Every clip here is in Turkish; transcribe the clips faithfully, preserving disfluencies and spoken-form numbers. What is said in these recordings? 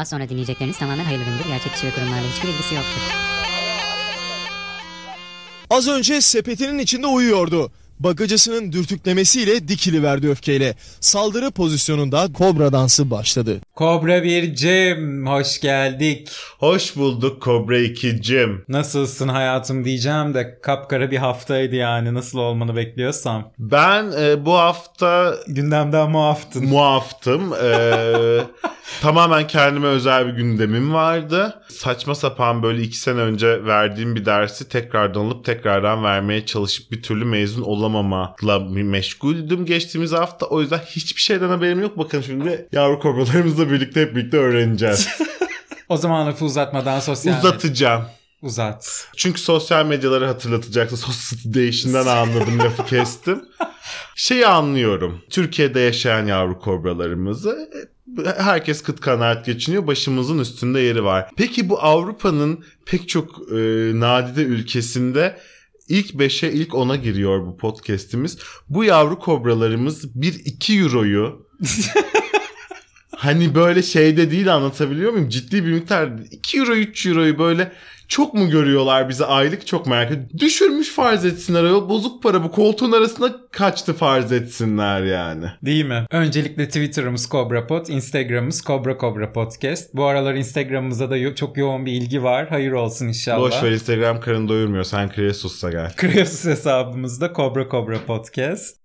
Az sonra dinleyecekleriniz tamamen hayırlı gündür. Gerçek kişi ve kurumlarla hiçbir ilgisi yoktur. Az önce sepetinin içinde uyuyordu. Bagacısının dürtüklemesiyle dikiliverdi öfkeyle. Saldırı pozisyonunda kobra dansı başladı. Kobra bircim, hoş geldik. Hoş bulduk Kobra ikicim. Nasılsın hayatım diyeceğim de kapkara bir haftaydı yani, nasıl olmanı bekliyorsam. Ben e, bu hafta gündemden muaftın. Muaftım. E, tamamen kendime özel bir gündemim vardı. Saçma sapan böyle iki sene önce verdiğim bir dersi tekrardan alıp tekrardan vermeye çalışıp bir türlü mezun olamamakla meşguldüm geçtiğimiz hafta. O yüzden hiçbir şeyden haberim yok. Bakın şimdi yavru kobralarımızla birlikte hep birlikte öğreneceğiz. O zaman lafı uzatmadan sosyal Uzatacağım. Uzat. Çünkü sosyal medyaları hatırlatacaksın. Society Değişinden anladım, lafı kestim. Şeyi anlıyorum. Türkiye'de yaşayan yavru kobralarımızı herkes kıt kanaat geçiniyor. Başımızın üstünde yeri var. Peki bu Avrupa'nın pek çok e, nadide ülkesinde ilk beşe ilk ona giriyor bu podcast'imiz. Bu yavru kobralarımız bir iki euroyu hani böyle şeyde değil, anlatabiliyor muyum? Ciddi bir miktar iki euro üç euroyu böyle çok mu görüyorlar bizi aylık, çok merak ediyorum. Düşürmüş farz etsinler. O bozuk para bu koltuğun arasında kaçtı farz etsinler yani. Değil mi? Öncelikle Twitter'ımız KobraPod, Instagram'ımız Kobra Kobra Podcast. Bu aralar Instagram'ımıza da yo- çok yoğun bir ilgi var. Hayır olsun inşallah. Boş ver, Instagram karın doyurmuyor. Sen Kreasus'a gel. Kreasus hesabımızda Kobra Kobra Podcast.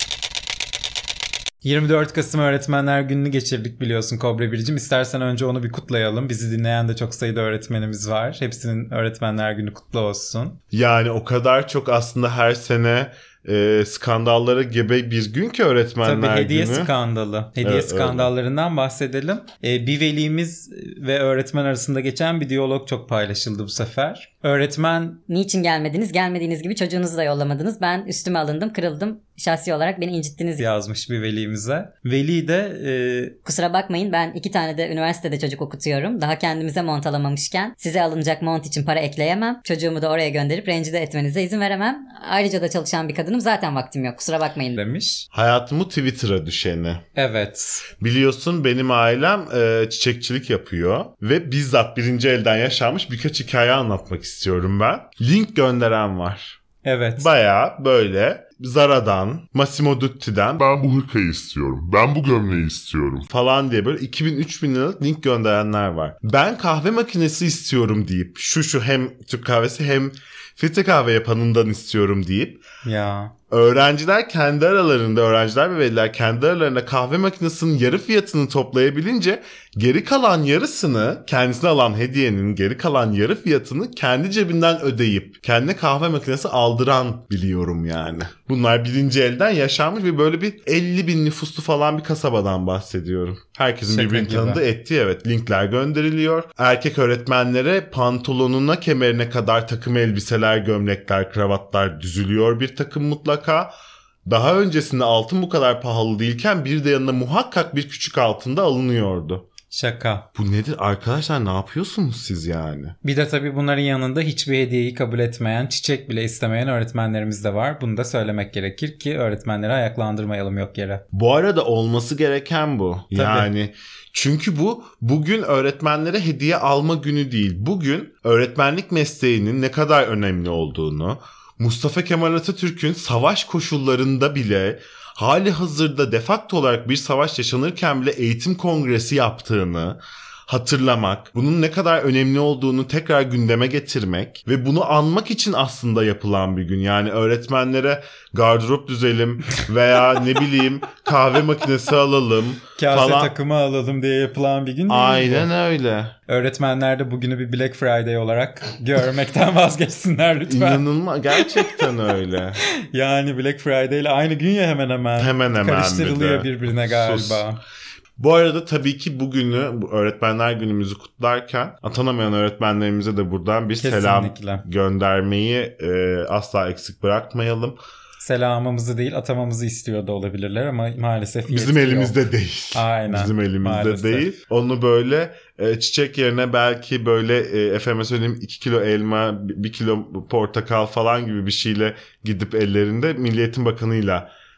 yirmi dört Kasım Öğretmenler Günü'nü geçirdik biliyorsun Kobra biricim. İstersen önce onu bir kutlayalım. Bizi dinleyen de çok sayıda öğretmenimiz var. Hepsinin Öğretmenler Günü kutlu olsun. Yani o kadar çok aslında her sene e, skandallara gebe bir gün ki Öğretmenler Günü. Tabii hediye günü. skandalı. Hediye evet, skandallarından öyle bahsedelim. E, bir velimiz ve öğretmen arasında geçen bir diyalog çok paylaşıldı bu sefer. Öğretmen... Niçin gelmediniz? Gelmediğiniz gibi çocuğunuzu da yollamadınız. Ben üstüme alındım, kırıldım. Şahsi olarak beni incittiniz yazmış bir velimize. Veli de... E... Kusura bakmayın, ben iki tane de üniversitede çocuk okutuyorum. Daha kendimize mont alamamışken size alınacak mont için para ekleyemem. Çocuğumu da oraya gönderip rencide etmenize izin veremem. Ayrıca da çalışan bir kadınım. Zaten vaktim yok. Kusura bakmayın demiş. Hayatımı Twitter'a düşeni. Evet. Biliyorsun benim ailem e, çiçekçilik yapıyor. Ve bizzat birinci elden yaşanmış birkaç hikaye anlatmak istiyorum ben. Link gönderen var. Evet. Bayağı böyle Zara'dan, Massimo Dutti'den ben bu hırkayı istiyorum, ben bu gömleği istiyorum falan diye böyle iki bin üç bin liralık link gönderenler var. Ben kahve makinesi istiyorum deyip şu şu hem Türk kahvesi hem filtre kahve yapanından istiyorum deyip ya öğrenciler kendi aralarında, öğrenciler ve veliler kendi aralarında kahve makinesinin yarı fiyatını toplayabilince geri kalan yarısını, kendisine alan hediyenin geri kalan yarı fiyatını kendi cebinden ödeyip kendine kahve makinesi aldıran biliyorum yani. Bunlar birinci elden yaşanmış ve böyle bir elli bin nüfuslu falan bir kasabadan bahsediyorum. Herkesin Şaka birbirini gibi. tanıdığı ettiği evet linkler gönderiliyor. Erkek öğretmenlere pantolonuna kemerine kadar takım elbiseler, gömlekler, kravatlar düzülüyor bir takım mutlaka. Daha öncesinde altın bu kadar pahalı değilken bir de yanına muhakkak bir küçük altında alınıyordu. Şaka. Bu nedir arkadaşlar, ne yapıyorsunuz siz yani? Bir de tabii bunların yanında hiçbir hediyeyi kabul etmeyen, çiçek bile istemeyen öğretmenlerimiz de var. Bunu da söylemek gerekir ki öğretmenleri ayaklandırmayalım yok yere. Bu arada olması gereken bu. Tabii. Yani çünkü bu bugün öğretmenlere hediye alma günü değil. Bugün öğretmenlik mesleğinin ne kadar önemli olduğunu, Mustafa Kemal Atatürk'ün savaş koşullarında bile hali hazırda de facto olarak bir savaş yaşanırken bile eğitim kongresi yaptığını hatırlamak, bunun ne kadar önemli olduğunu tekrar gündeme getirmek ve bunu anmak için aslında yapılan bir gün. Yani öğretmenlere gardırop düzelim veya ne bileyim kahve makinesi alalım Kase falan. takımı alalım diye yapılan bir gün değil. Aynen bu. Öyle. Öğretmenler de bugünü bir Black Friday olarak görmekten vazgeçsinler lütfen. İnanılmaz. Gerçekten öyle. Yani Black Friday ile aynı gün ya hemen hemen. Hemen hemen. Karıştırılıyor bir birbirine galiba. Sus. Bu arada tabii ki bugünü, bu öğretmenler günümüzü kutlarken atanamayan öğretmenlerimize de buradan bir Kesinlikle. selam göndermeyi e, asla eksik bırakmayalım. Selamımızı değil atamamızı istiyor da olabilirler ama maalesef bizim elimizde yok. değil. Aynen. Bizim elimizde maalesef. değil. Onu böyle e, çiçek yerine belki böyle e, efendime söyleyeyim iki kilo elma, bir kilo portakal falan gibi bir şeyle gidip ellerinde Milli Eğitim Bakanı'yla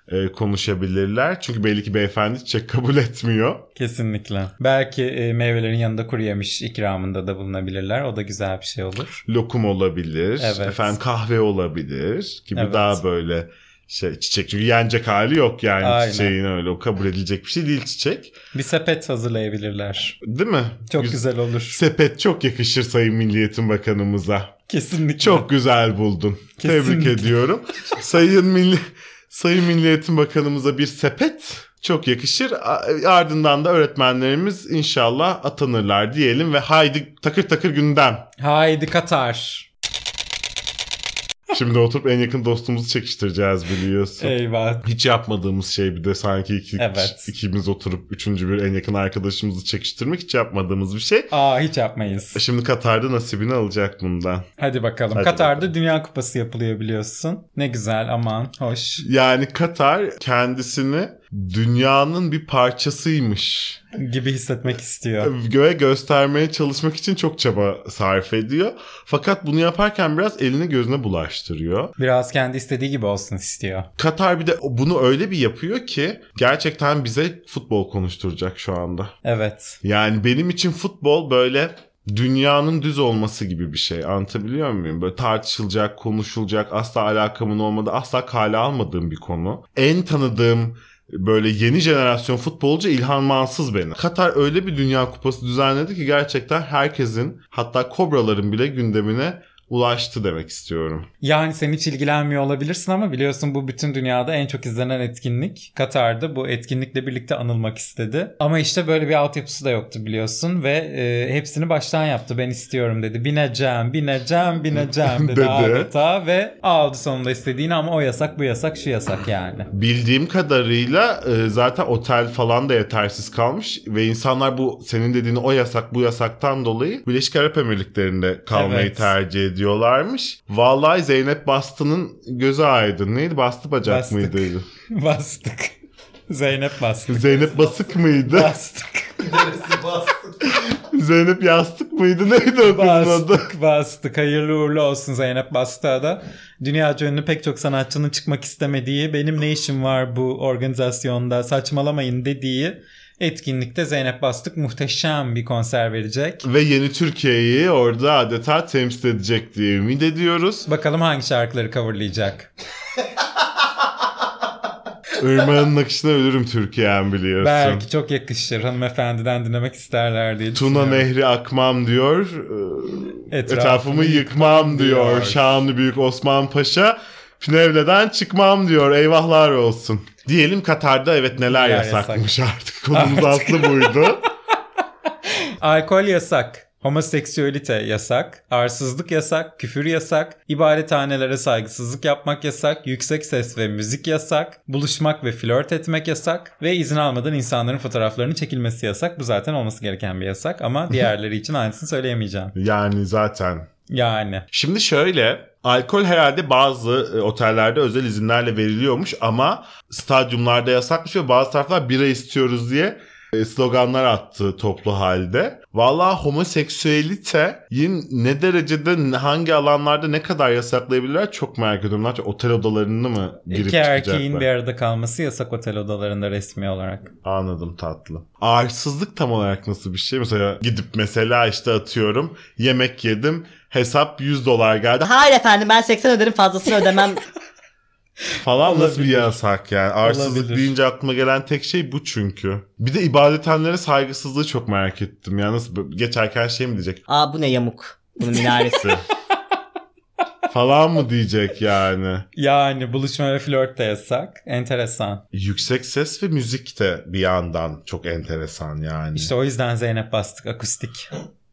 e, konuşabilirler. Çünkü belli ki beyefendi çiçek kabul etmiyor. Kesinlikle. Belki e, meyvelerin yanında kuru yemiş ikramında da bulunabilirler. O da güzel bir şey olur. Lokum olabilir. Evet. Efendim kahve olabilir gibi Evet. daha böyle şey çiçek. Çünkü yenecek hali yok yani Aynen. çiçeğin öyle. O kabul edilecek bir şey değil çiçek. Bir sepet hazırlayabilirler. Değil mi? Çok Güz- güzel olur. Sepet çok yakışır Sayın Milli Eğitim Bakanımıza. Kesinlikle. Çok güzel buldun. Kesinlikle. Tebrik ediyorum. Sayın Milli Sayın Milli Eğitim Bakanımıza bir sepet çok yakışır. A- Ardından da öğretmenlerimiz inşallah atanırlar diyelim ve haydi takır takır gündem. Haydi Katar. Şimdi oturup en yakın dostumuzu çekiştireceğiz biliyorsun. Eyvah. Hiç yapmadığımız şey bir de sanki iki, Evet. ikimiz oturup üçüncü bir en yakın arkadaşımızı çekiştirmek hiç yapmadığımız bir şey. Aa hiç yapmayız. Şimdi Katar'da nasibini alacak bundan. Hadi bakalım. Hadi Katar'da bakalım. Dünya Kupası yapılıyor biliyorsun. Ne güzel, aman hoş Yani Katar kendisini dünyanın bir parçasıymış gibi hissetmek istiyor. göğe göstermeye çalışmak için çok çaba sarf ediyor. Fakat bunu yaparken biraz elini gözüne bulaştırıyor. Biraz kendi istediği gibi olsun istiyor. Katar bir de bunu öyle bir yapıyor ki gerçekten bize futbol konuşturacak şu anda. Evet. Yani benim için futbol böyle dünyanın düz olması gibi bir şey. Anlatabiliyor muyum? Böyle tartışılacak, konuşulacak, asla alakamın olmadığı, asla kale almadığım bir konu. En tanıdığım böyle yeni jenerasyon futbolcu İlhan Mansız benim. Katar öyle bir Dünya Kupası düzenledi ki gerçekten herkesin, hatta kobraların bile gündemine ulaştı demek istiyorum. Yani sen hiç ilgilenmiyor olabilirsin ama biliyorsun bu bütün dünyada en çok izlenen etkinlik. Katar'da bu etkinlikle birlikte anılmak istedi. Ama işte böyle bir altyapısı da yoktu biliyorsun ve e, hepsini baştan yaptı. Ben istiyorum dedi. Bineceğim, bineceğim, bineceğim dedi, Dedi. adeta ve aldı sonunda istediğini ama o yasak, bu yasak, şu yasak yani. Bildiğim kadarıyla e, zaten otel falan da yetersiz kalmış ve insanlar bu senin dediğin o yasak bu yasaktan dolayı Birleşik Arap Emirlikleri'nde kalmayı Evet. tercih ediyorlarmış. Vallahi Zeynep Bastı'nın gözü aydın. Neydi? Bastı bacak Bastık. mıydı? Bastık. Zeynep bastık. Zeynep Basık mıydı? Bastık. Zeynep Yastık mıydı? Neydi o kızın adı? Bastık bastık. Hayırlı uğurlu olsun Zeynep Bastık'a da. Dünyaca ünlü pek çok sanatçının çıkmak istemediği, benim ne işim var bu organizasyonda, saçmalamayın dediği etkinlikte Zeynep Bastık muhteşem bir konser verecek. Ve yeni Türkiye'yi orada adeta temsil edecek diye ümit ediyoruz. Bakalım hangi şarkıları coverlayacak. Irmağın akışına ölürüm Türkiye'm biliyorsun. Belki çok yakışır. Hanımefendiden dinlemek isterler diye Tuna düşünüyorum. Nehri akmam diyor. Etrafımı, Etrafımı yıkmam diyor. diyor. Şanlı Büyük Osman Paşa. Pinevle'den çıkmam diyor. Eyvahlar olsun. Diyelim Katar'da evet neler Neler yasakmış artık. Konumuz Artık. aslı buydu. Alkol yasak. Homoseksüelite yasak, arsızlık yasak, küfür yasak, ibadethanelere saygısızlık yapmak yasak, yüksek ses ve müzik yasak, buluşmak ve flört etmek yasak ve izin almadan insanların fotoğraflarının çekilmesi yasak. Bu zaten olması gereken bir yasak ama diğerleri için aynısını söyleyemeyeceğim. Yani zaten. Yani. Şimdi şöyle, alkol herhalde bazı e, otellerde özel izinlerle veriliyormuş ama stadyumlarda yasakmış ve bazı taraflar bira istiyoruz diye e, sloganlar attı toplu halde. Vallahi homoseksüeliteyi ne derecede, hangi alanlarda ne kadar yasaklayabilirler çok merak ediyorum. Lan, otel odalarını mı girip İki çıkacaklar? erkeğin bir arada kalması yasak otel odalarında resmi olarak. Anladım tatlı. Arsızlık tam olarak nasıl bir şey? Mesela gidip mesela işte atıyorum yemek yedim, hesap yüz dolar geldi Hayır efendim ben seksen öderim fazlasını ödemem. falan, nasıl bir Olabilir. yasak yani. Arsızlık Olabilir. deyince aklıma gelen tek şey bu çünkü. Bir de ibadethanelere saygısızlığı çok merak ettim. Yani nasıl böyle- geçerken şey mi diyecek Aa bu ne yamuk. Bunun minaresi. falan mı diyecek yani. Yani buluşma ve flört de yasak. Enteresan. Yüksek ses ve müzik de bir yandan çok enteresan yani. İşte o yüzden Zeynep Bastık akustik.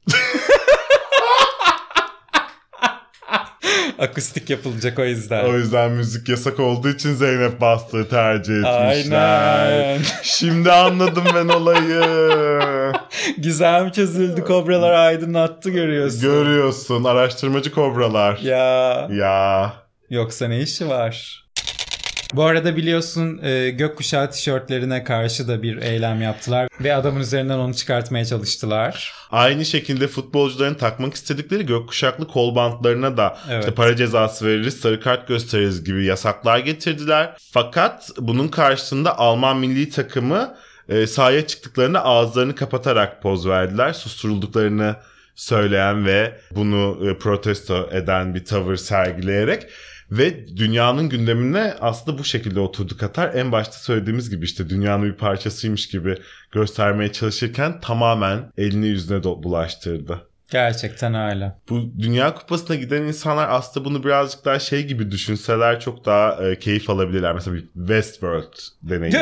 Akustik yapılacak o yüzden. O yüzden müzik yasak olduğu için Zeynep Bastık'ı tercih etmişler. Aynen. Şimdi anladım ben olayı. Gizem çözüldü, kobralar aydınlattı görüyorsun. Görüyorsun araştırmacı kobralar. Ya Ya. yoksa ne işi var? Bu arada biliyorsun e, gökkuşağı tişörtlerine karşı da bir eylem yaptılar ve adamın üzerinden onu çıkartmaya çalıştılar. Aynı şekilde futbolcuların takmak istedikleri gökkuşaklı kol bantlarına da Evet. işte para cezası veririz, sarı kart gösteririz gibi yasaklar getirdiler. Fakat bunun karşısında Alman milli takımı e, sahaya çıktıklarında ağızlarını kapatarak poz verdiler. Susturulduklarını söyleyen ve bunu e, protesto eden bir tavır sergileyerek. Ve dünyanın gündemine aslında bu şekilde oturdu Katar. En başta söylediğimiz gibi işte dünyanın bir parçasıymış gibi göstermeye çalışırken tamamen elini yüzüne do- bulaştırdı. Gerçekten öyle. Bu Dünya Kupası'na giden insanlar aslında bunu birazcık daha şey gibi düşünseler çok daha e, keyif alabilirler. Mesela bir Westworld deneyimi.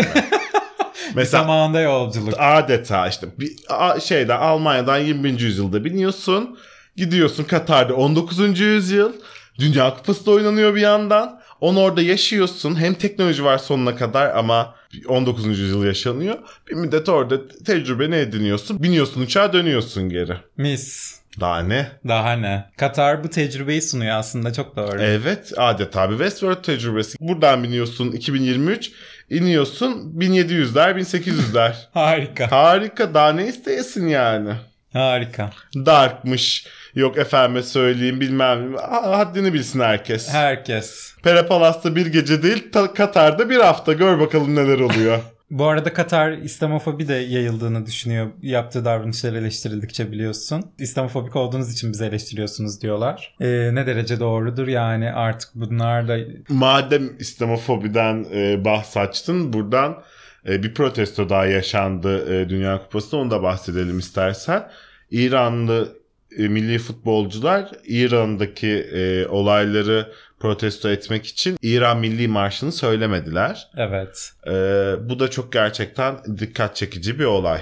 Mesela Zamanda yolculuk. adeta işte bir a- şeyden Almanya'dan yirmi birinci yüzyılda biniyorsun. Gidiyorsun Katar'da on dokuzuncu yüzyıl. Dünya Kupası da oynanıyor bir yandan. Onu orada yaşıyorsun. Hem teknoloji var sonuna kadar ama on dokuzuncu yüzyıl yaşanıyor. Bir müddet orada tecrübeni ediniyorsun. Biniyorsun uçağa dönüyorsun geri. Mis. Daha ne? Daha ne? Katar bu tecrübeyi sunuyor aslında, çok doğru. Evet, adeta bir Westworld tecrübesi. Buradan biniyorsun iki bin yirmi üç, iniyorsun bin yedi yüzler, bin sekiz yüzler. Harika. Harika, daha ne isteyesin yani? Harika. Dark'mış, yok efendime söyleyeyim bilmem, haddini bilsin herkes. Herkes. Pera Palas'ta bir gece değil, ta- Katar'da bir hafta, gör bakalım neler oluyor. Bu arada Katar İslamofobi de yayıldığını düşünüyor. Yaptığı davranışlar eleştirildikçe biliyorsun. İslamofobik olduğunuz için bizi eleştiriyorsunuz diyorlar. Ee, ne derece doğrudur yani, artık bunlar da... Madem İslamofobiden e, bahs açtın, buradan e, bir protesto daha yaşandı e, Dünya Kupası'nda, onu da bahsedelim istersen. İranlı e, milli futbolcular İran'daki e, olayları protesto etmek için İran Milli Marşı'nı söylemediler. Evet. E, bu da çok gerçekten dikkat çekici bir olay.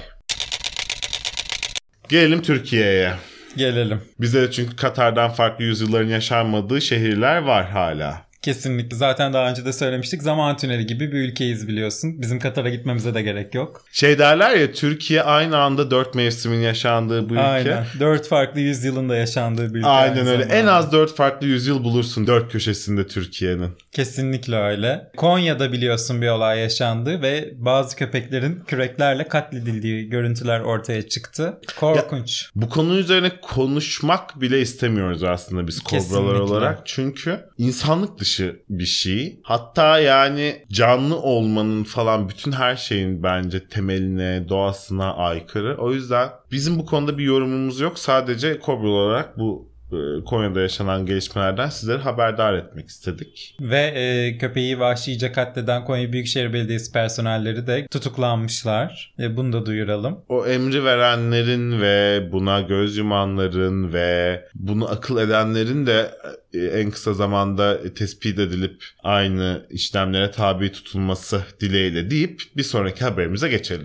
Gelelim Türkiye'ye. Gelelim. Bize de çünkü Katar'dan farklı yüzyılların yaşanmadığı şehirler var hala. Kesinlikle. Zaten daha önce de söylemiştik. Zaman tüneli gibi bir ülkeyiz biliyorsun. Bizim Katar'a gitmemize de gerek yok. Şey derler ya, Türkiye aynı anda dört mevsimin yaşandığı bu ülke. Aynen. Dört farklı yüzyılın da yaşandığı bir ülke. Aynen aynı öyle. zamanda. En az dört farklı yüzyıl bulursun dört köşesinde Türkiye'nin. Kesinlikle öyle. Konya'da biliyorsun bir olay yaşandı ve bazı köpeklerin küreklerle katledildiği görüntüler ortaya çıktı. Korkunç. Bu konu üzerine konuşmak bile istemiyoruz aslında biz kobralar Kesinlikle. olarak. Çünkü insanlık dışı bir şey. Hatta yani canlı olmanın falan bütün her şeyin bence temeline, doğasına aykırı. O yüzden bizim bu konuda bir yorumumuz yok. Sadece kobra olarak bu e, Konya'da yaşanan gelişmelerden sizleri haberdar etmek istedik. Ve e, köpeği vahşice katleden Konya Büyükşehir Belediyesi personelleri de tutuklanmışlar. E, bunu da duyuralım. O emri verenlerin ve buna göz yumanların ve bunu akıl edenlerin de e, en kısa zamanda tespit edilip aynı işlemlere tabi tutulması dileğiyle deyip bir sonraki haberimize geçelim.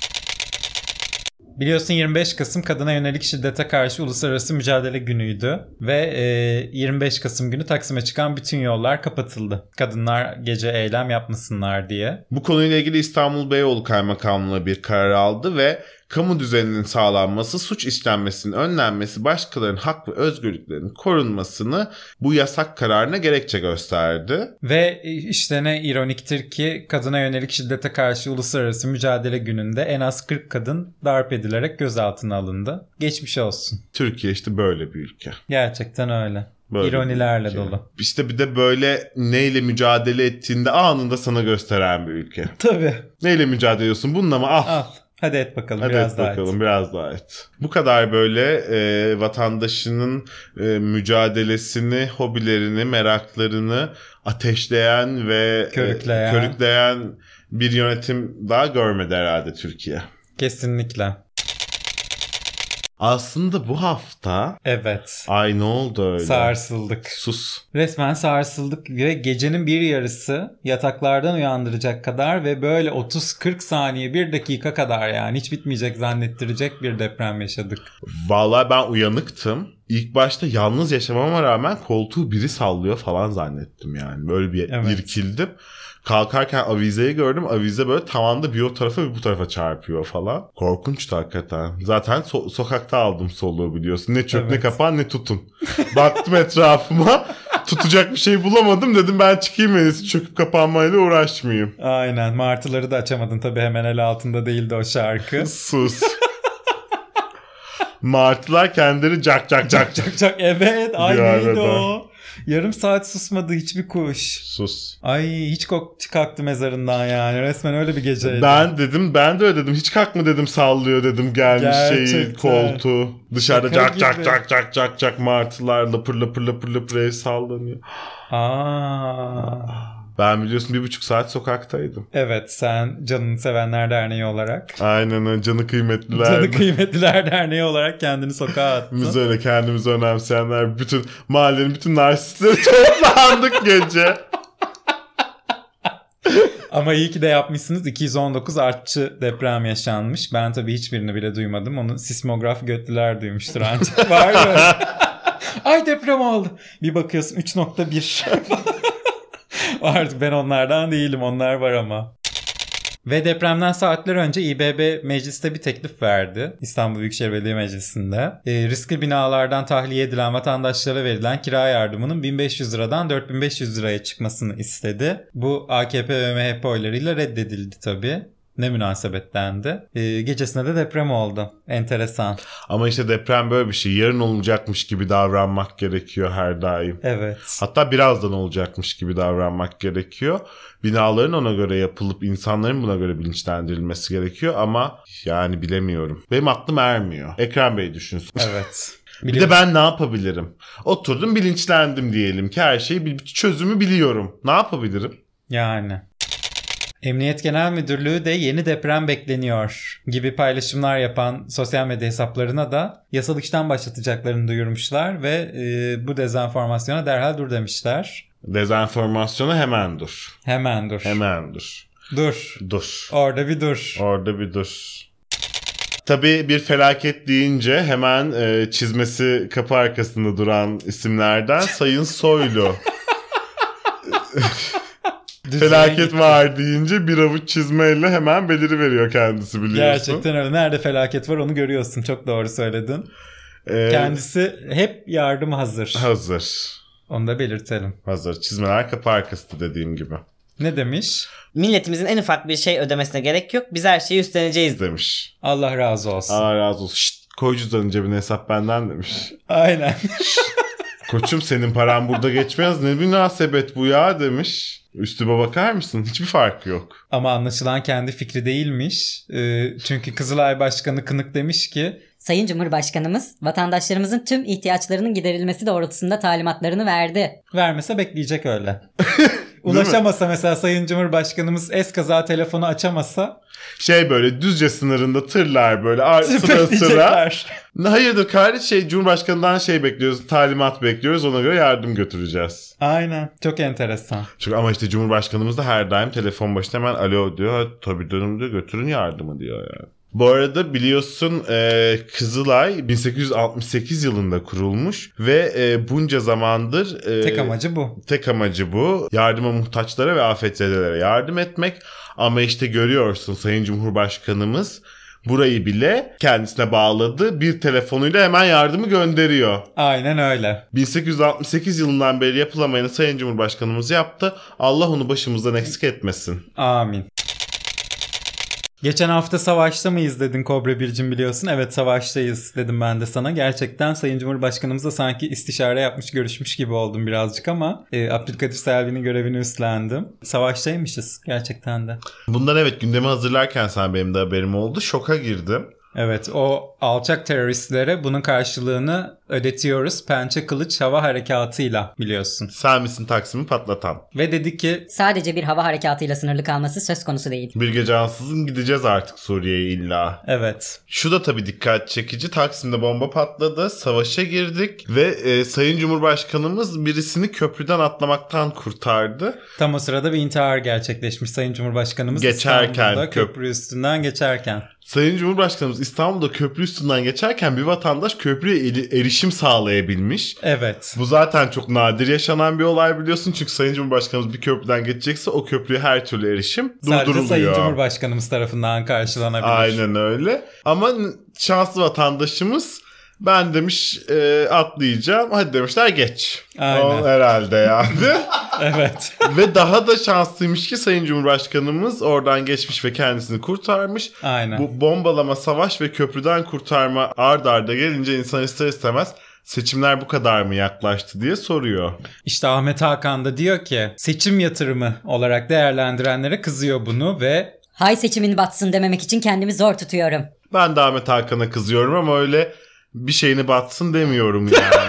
Biliyorsun yirmi beş Kasım Kadına Yönelik Şiddete Karşı Uluslararası Mücadele Günü'ydü. Ve e, yirmi beş Kasım günü Taksim'e çıkan bütün yollar kapatıldı. Kadınlar gece eylem yapmasınlar diye. Bu konuyla ilgili İstanbul Beyoğlu Kaymakamlığı bir karar aldı ve kamu düzeninin sağlanması, suç işlenmesinin önlenmesi, başkalarının hak ve özgürlüklerinin korunmasını bu yasak kararına gerekçe gösterdi. Ve işte ne ironiktir ki kadına yönelik şiddete karşı Uluslararası Mücadele Günü'nde en az kırk kadın darp edilerek gözaltına alındı. Geçmiş olsun. Türkiye işte böyle bir ülke. Gerçekten öyle. Böyle İronilerle bir ülke. dolu. İşte bir de böyle neyle mücadele ettiğinde anında sana gösteren bir ülke. Tabii. Neyle mücadele ediyorsun? Bununla mı? Al. Al. Hadi et bakalım. Hadi biraz et daha bakalım et. biraz daha et. Bu kadar böyle e, vatandaşının e, mücadelesini, hobilerini, meraklarını ateşleyen ve Körükleyen. E, körükleyen bir yönetim daha görmedi herhalde Türkiye. Kesinlikle. Aslında bu hafta Evet. ay ne oldu öyle? Sarsıldık. Sus. Resmen sarsıldık ve gecenin bir yarısı yataklardan uyandıracak kadar ve böyle otuz kırk saniye bir dakika kadar yani hiç bitmeyecek zannettirecek bir deprem yaşadık. Vallahi ben uyanıktım. İlk başta yalnız yaşamama rağmen koltuğu biri sallıyor falan zannettim yani. Böyle bir Evet. irkildim. Kalkarken avizeyi gördüm. Avize böyle tavanda bir o tarafa bir bu tarafa çarpıyor falan. Korkunçtu hakikaten. Zaten so- sokakta aldım soluğu biliyorsun. Ne çök Evet. ne kapan ne tutun. Baktım etrafıma. tutacak bir şey bulamadım. Dedim ben çıkayım en iyisi, çöküp kapanmayla uğraşmayayım. Aynen. Martıları da açamadın tabii, hemen el altında değildi o şarkı. Sus. Martılar kendileri cak cak cak cak. Çak çak evet. Ay Bir neydi arada. o? Yarım saat susmadı hiçbir kuş. Sus. Ay hiç kok kalktı mezarından yani. Resmen öyle bir geceydi. Ben dedim, ben de öyle dedim. Hiç kalkma dedim, sallıyor dedim, gelmiş şeyi, Gerçekten. koltuğu. Dışarıda Şaka cak cak gibi. cak cak cak cak martılar lapır lapır lapır lapır ev sallanıyor. Aa. Ben biliyorsun bir buçuk saat sokaktaydım. Evet, sen Canını Sevenler Derneği olarak. Aynen öyle, canı kıymetliler. Canı Kıymetliler Derneği olarak kendini sokağa attın. Biz öyle kendimizi önemseyenler, bütün mahallenin bütün narsistleri toplandık gece. Ama iyi ki de yapmışsınız. iki yüz on dokuz artçı deprem yaşanmış. Ben tabii hiçbirini bile duymadım. Onu sismograf götlüler duymuştur ancak. Var ya. Ay deprem oldu. Bir bakıyorsun üç nokta bir. Artık ben onlardan değilim. Onlar var ama. Ve depremden saatler önce İ B B mecliste bir teklif verdi. İstanbul Büyükşehir Belediye Meclisi'nde. E, riskli binalardan tahliye edilen vatandaşlara verilen kira yardımının bin beş yüz liradan dört bin beş yüz liraya çıkmasını istedi. Bu A K P ve M H P oylarıyla reddedildi tabii. Ne münasebetlendi. E, gecesinde de deprem oldu. Enteresan. Ama işte deprem böyle bir şey. Yarın olacakmış gibi davranmak gerekiyor her daim. Evet. Hatta birazdan olacakmış gibi davranmak gerekiyor. Binaların ona göre yapılıp insanların buna göre bilinçlendirilmesi gerekiyor ama yani bilemiyorum. Benim aklım ermiyor. Ekrem Bey düşünsün. Evet. Bir de ben ne yapabilirim? Oturdum, bilinçlendim diyelim ki her şeyi, bir çözümü biliyorum. Ne yapabilirim? Yani. Emniyet Genel Müdürlüğü de yeni deprem bekleniyor gibi paylaşımlar yapan sosyal medya hesaplarına da yasal işlem başlatacaklarını duyurmuşlar ve e, bu dezenformasyona derhal dur demişler. Dezenformasyona hemen dur. Hemen dur. Hemen dur. Dur. Dur. Orada bir dur. Orada bir dur. Tabii bir felaket deyince hemen e, çizmesi kapı arkasında duran isimlerden Sayın Soylu. Felaket var deyince bir avuç çizmeyle hemen beliriveriyor kendisi, biliyorsun. Gerçekten öyle. Nerede felaket var onu görüyorsun. Çok doğru söyledin. Ee, Kendisi hep yardıma hazır. Hazır. Onu da belirtelim. Hazır. Çizmeler kapı arkasında dediğim gibi. Ne demiş? Milletimizin en ufak bir şey ödemesine gerek yok. Biz her şeyi üstleneceğiz. Demiş. Allah razı olsun. Allah razı olsun. Şşt, koy cüzdanın cebine, hesap benden demiş. Aynen. Koçum senin paran burada geçmez. Ne münasebet bu ya demiş. Üstüme bakar mısın? Hiçbir farkı yok. Ama anlaşılan kendi fikri değilmiş. Ee, çünkü Kızılay Başkanı Kınık demiş ki Sayın Cumhurbaşkanımız vatandaşlarımızın tüm ihtiyaçlarının giderilmesi doğrultusunda talimatlarını verdi. vermese bekleyecek öyle. Ulaşamasa mesela Sayın Cumhurbaşkanımız eskaza telefonu açamasa Şey böyle düzce sınırında tırlar böyle ar- sıra sıra. bekleyecekler. Hayırdır kardeş, şey Cumhurbaşkanı'ndan şey bekliyoruz, talimat bekliyoruz, ona göre yardım götüreceğiz. Aynen. Çok enteresan. Çünkü ama işte Cumhurbaşkanımız da her daim telefon başında hemen alo diyor. Tabii canım diyor, götürün yardımı diyor yani. Bu arada biliyorsun e, Kızılay bin sekiz yüz altmış sekiz yılında kurulmuş ve e, bunca zamandır e, Tek amacı bu. tek amacı bu. Yardıma muhtaçlara ve afetzedelere yardım etmek. Ama işte görüyorsun Sayın Cumhurbaşkanımız burayı bile kendisine bağladı. Bir telefonuyla hemen yardımı gönderiyor. Aynen öyle. bin sekiz yüz altmış sekiz yılından beri yapılamayanı Sayın Cumhurbaşkanımız yaptı. Allah onu başımızdan eksik etmesin. Amin. Geçen hafta savaşta mıyız dedin Kobra Bircim, biliyorsun. Evet, savaştayız dedim ben de sana. Gerçekten Sayın Cumhurbaşkanımızla sanki istişare yapmış, görüşmüş gibi oldum birazcık ama e, Abdülkadir Selvi'nin görevini üstlendim. Savaştaymışız gerçekten de. Bundan evet, gündemi hazırlarken sen benim de haberim oldu. Şoka girdim. Evet, o alçak teröristlere bunun karşılığını ödetiyoruz Pençe Kılıç Hava Harekatı'yla, biliyorsun. Sen misin Taksim'i patlatan? Ve dedi ki Sadece bir hava harekatıyla sınırlı kalması söz konusu değil. Bir gece ansızın gideceğiz artık Suriye'ye illa. evet, Şu da tabii dikkat çekici. Taksim'de bomba patladı. Savaşa girdik. Ve e, Sayın Cumhurbaşkanımız birisini köprüden atlamaktan kurtardı. tam o sırada bir intihar gerçekleşmiş Sayın Cumhurbaşkanımız Geçerken, İstanbul'da köp- köprü üstünden geçerken. Sayın Cumhurbaşkanımız İstanbul'da köprü üstünden geçerken bir vatandaş köprüye eri- erişim sağlayabilmiş. Evet. Bu zaten çok nadir yaşanan bir olay biliyorsun. Çünkü Sayın Cumhurbaşkanımız bir köprüden geçecekse o köprüye her türlü erişim Sadece durduruluyor. Sayın Cumhurbaşkanımız tarafından karşılanabilir. Aynen öyle. Ama şanslı vatandaşımız Ben demiş e, atlayacağım. Hadi demişler geç. Aynen. O herhalde yani. Evet. Ve daha da şanslıymış ki Sayın Cumhurbaşkanımız oradan geçmiş ve kendisini kurtarmış. Aynen. Bu bombalama, savaş ve köprüden kurtarma ard arda gelince insan ister istemez seçimler bu kadar mı yaklaştı diye soruyor. İşte Ahmet Hakan da diyor ki seçim yatırımı olarak değerlendirenlere kızıyor bunu ve Hay seçimin batsın dememek için kendimi zor tutuyorum. Ben de Ahmet Hakan'a kızıyorum ama öyle bir şeyini batsın demiyorum yani.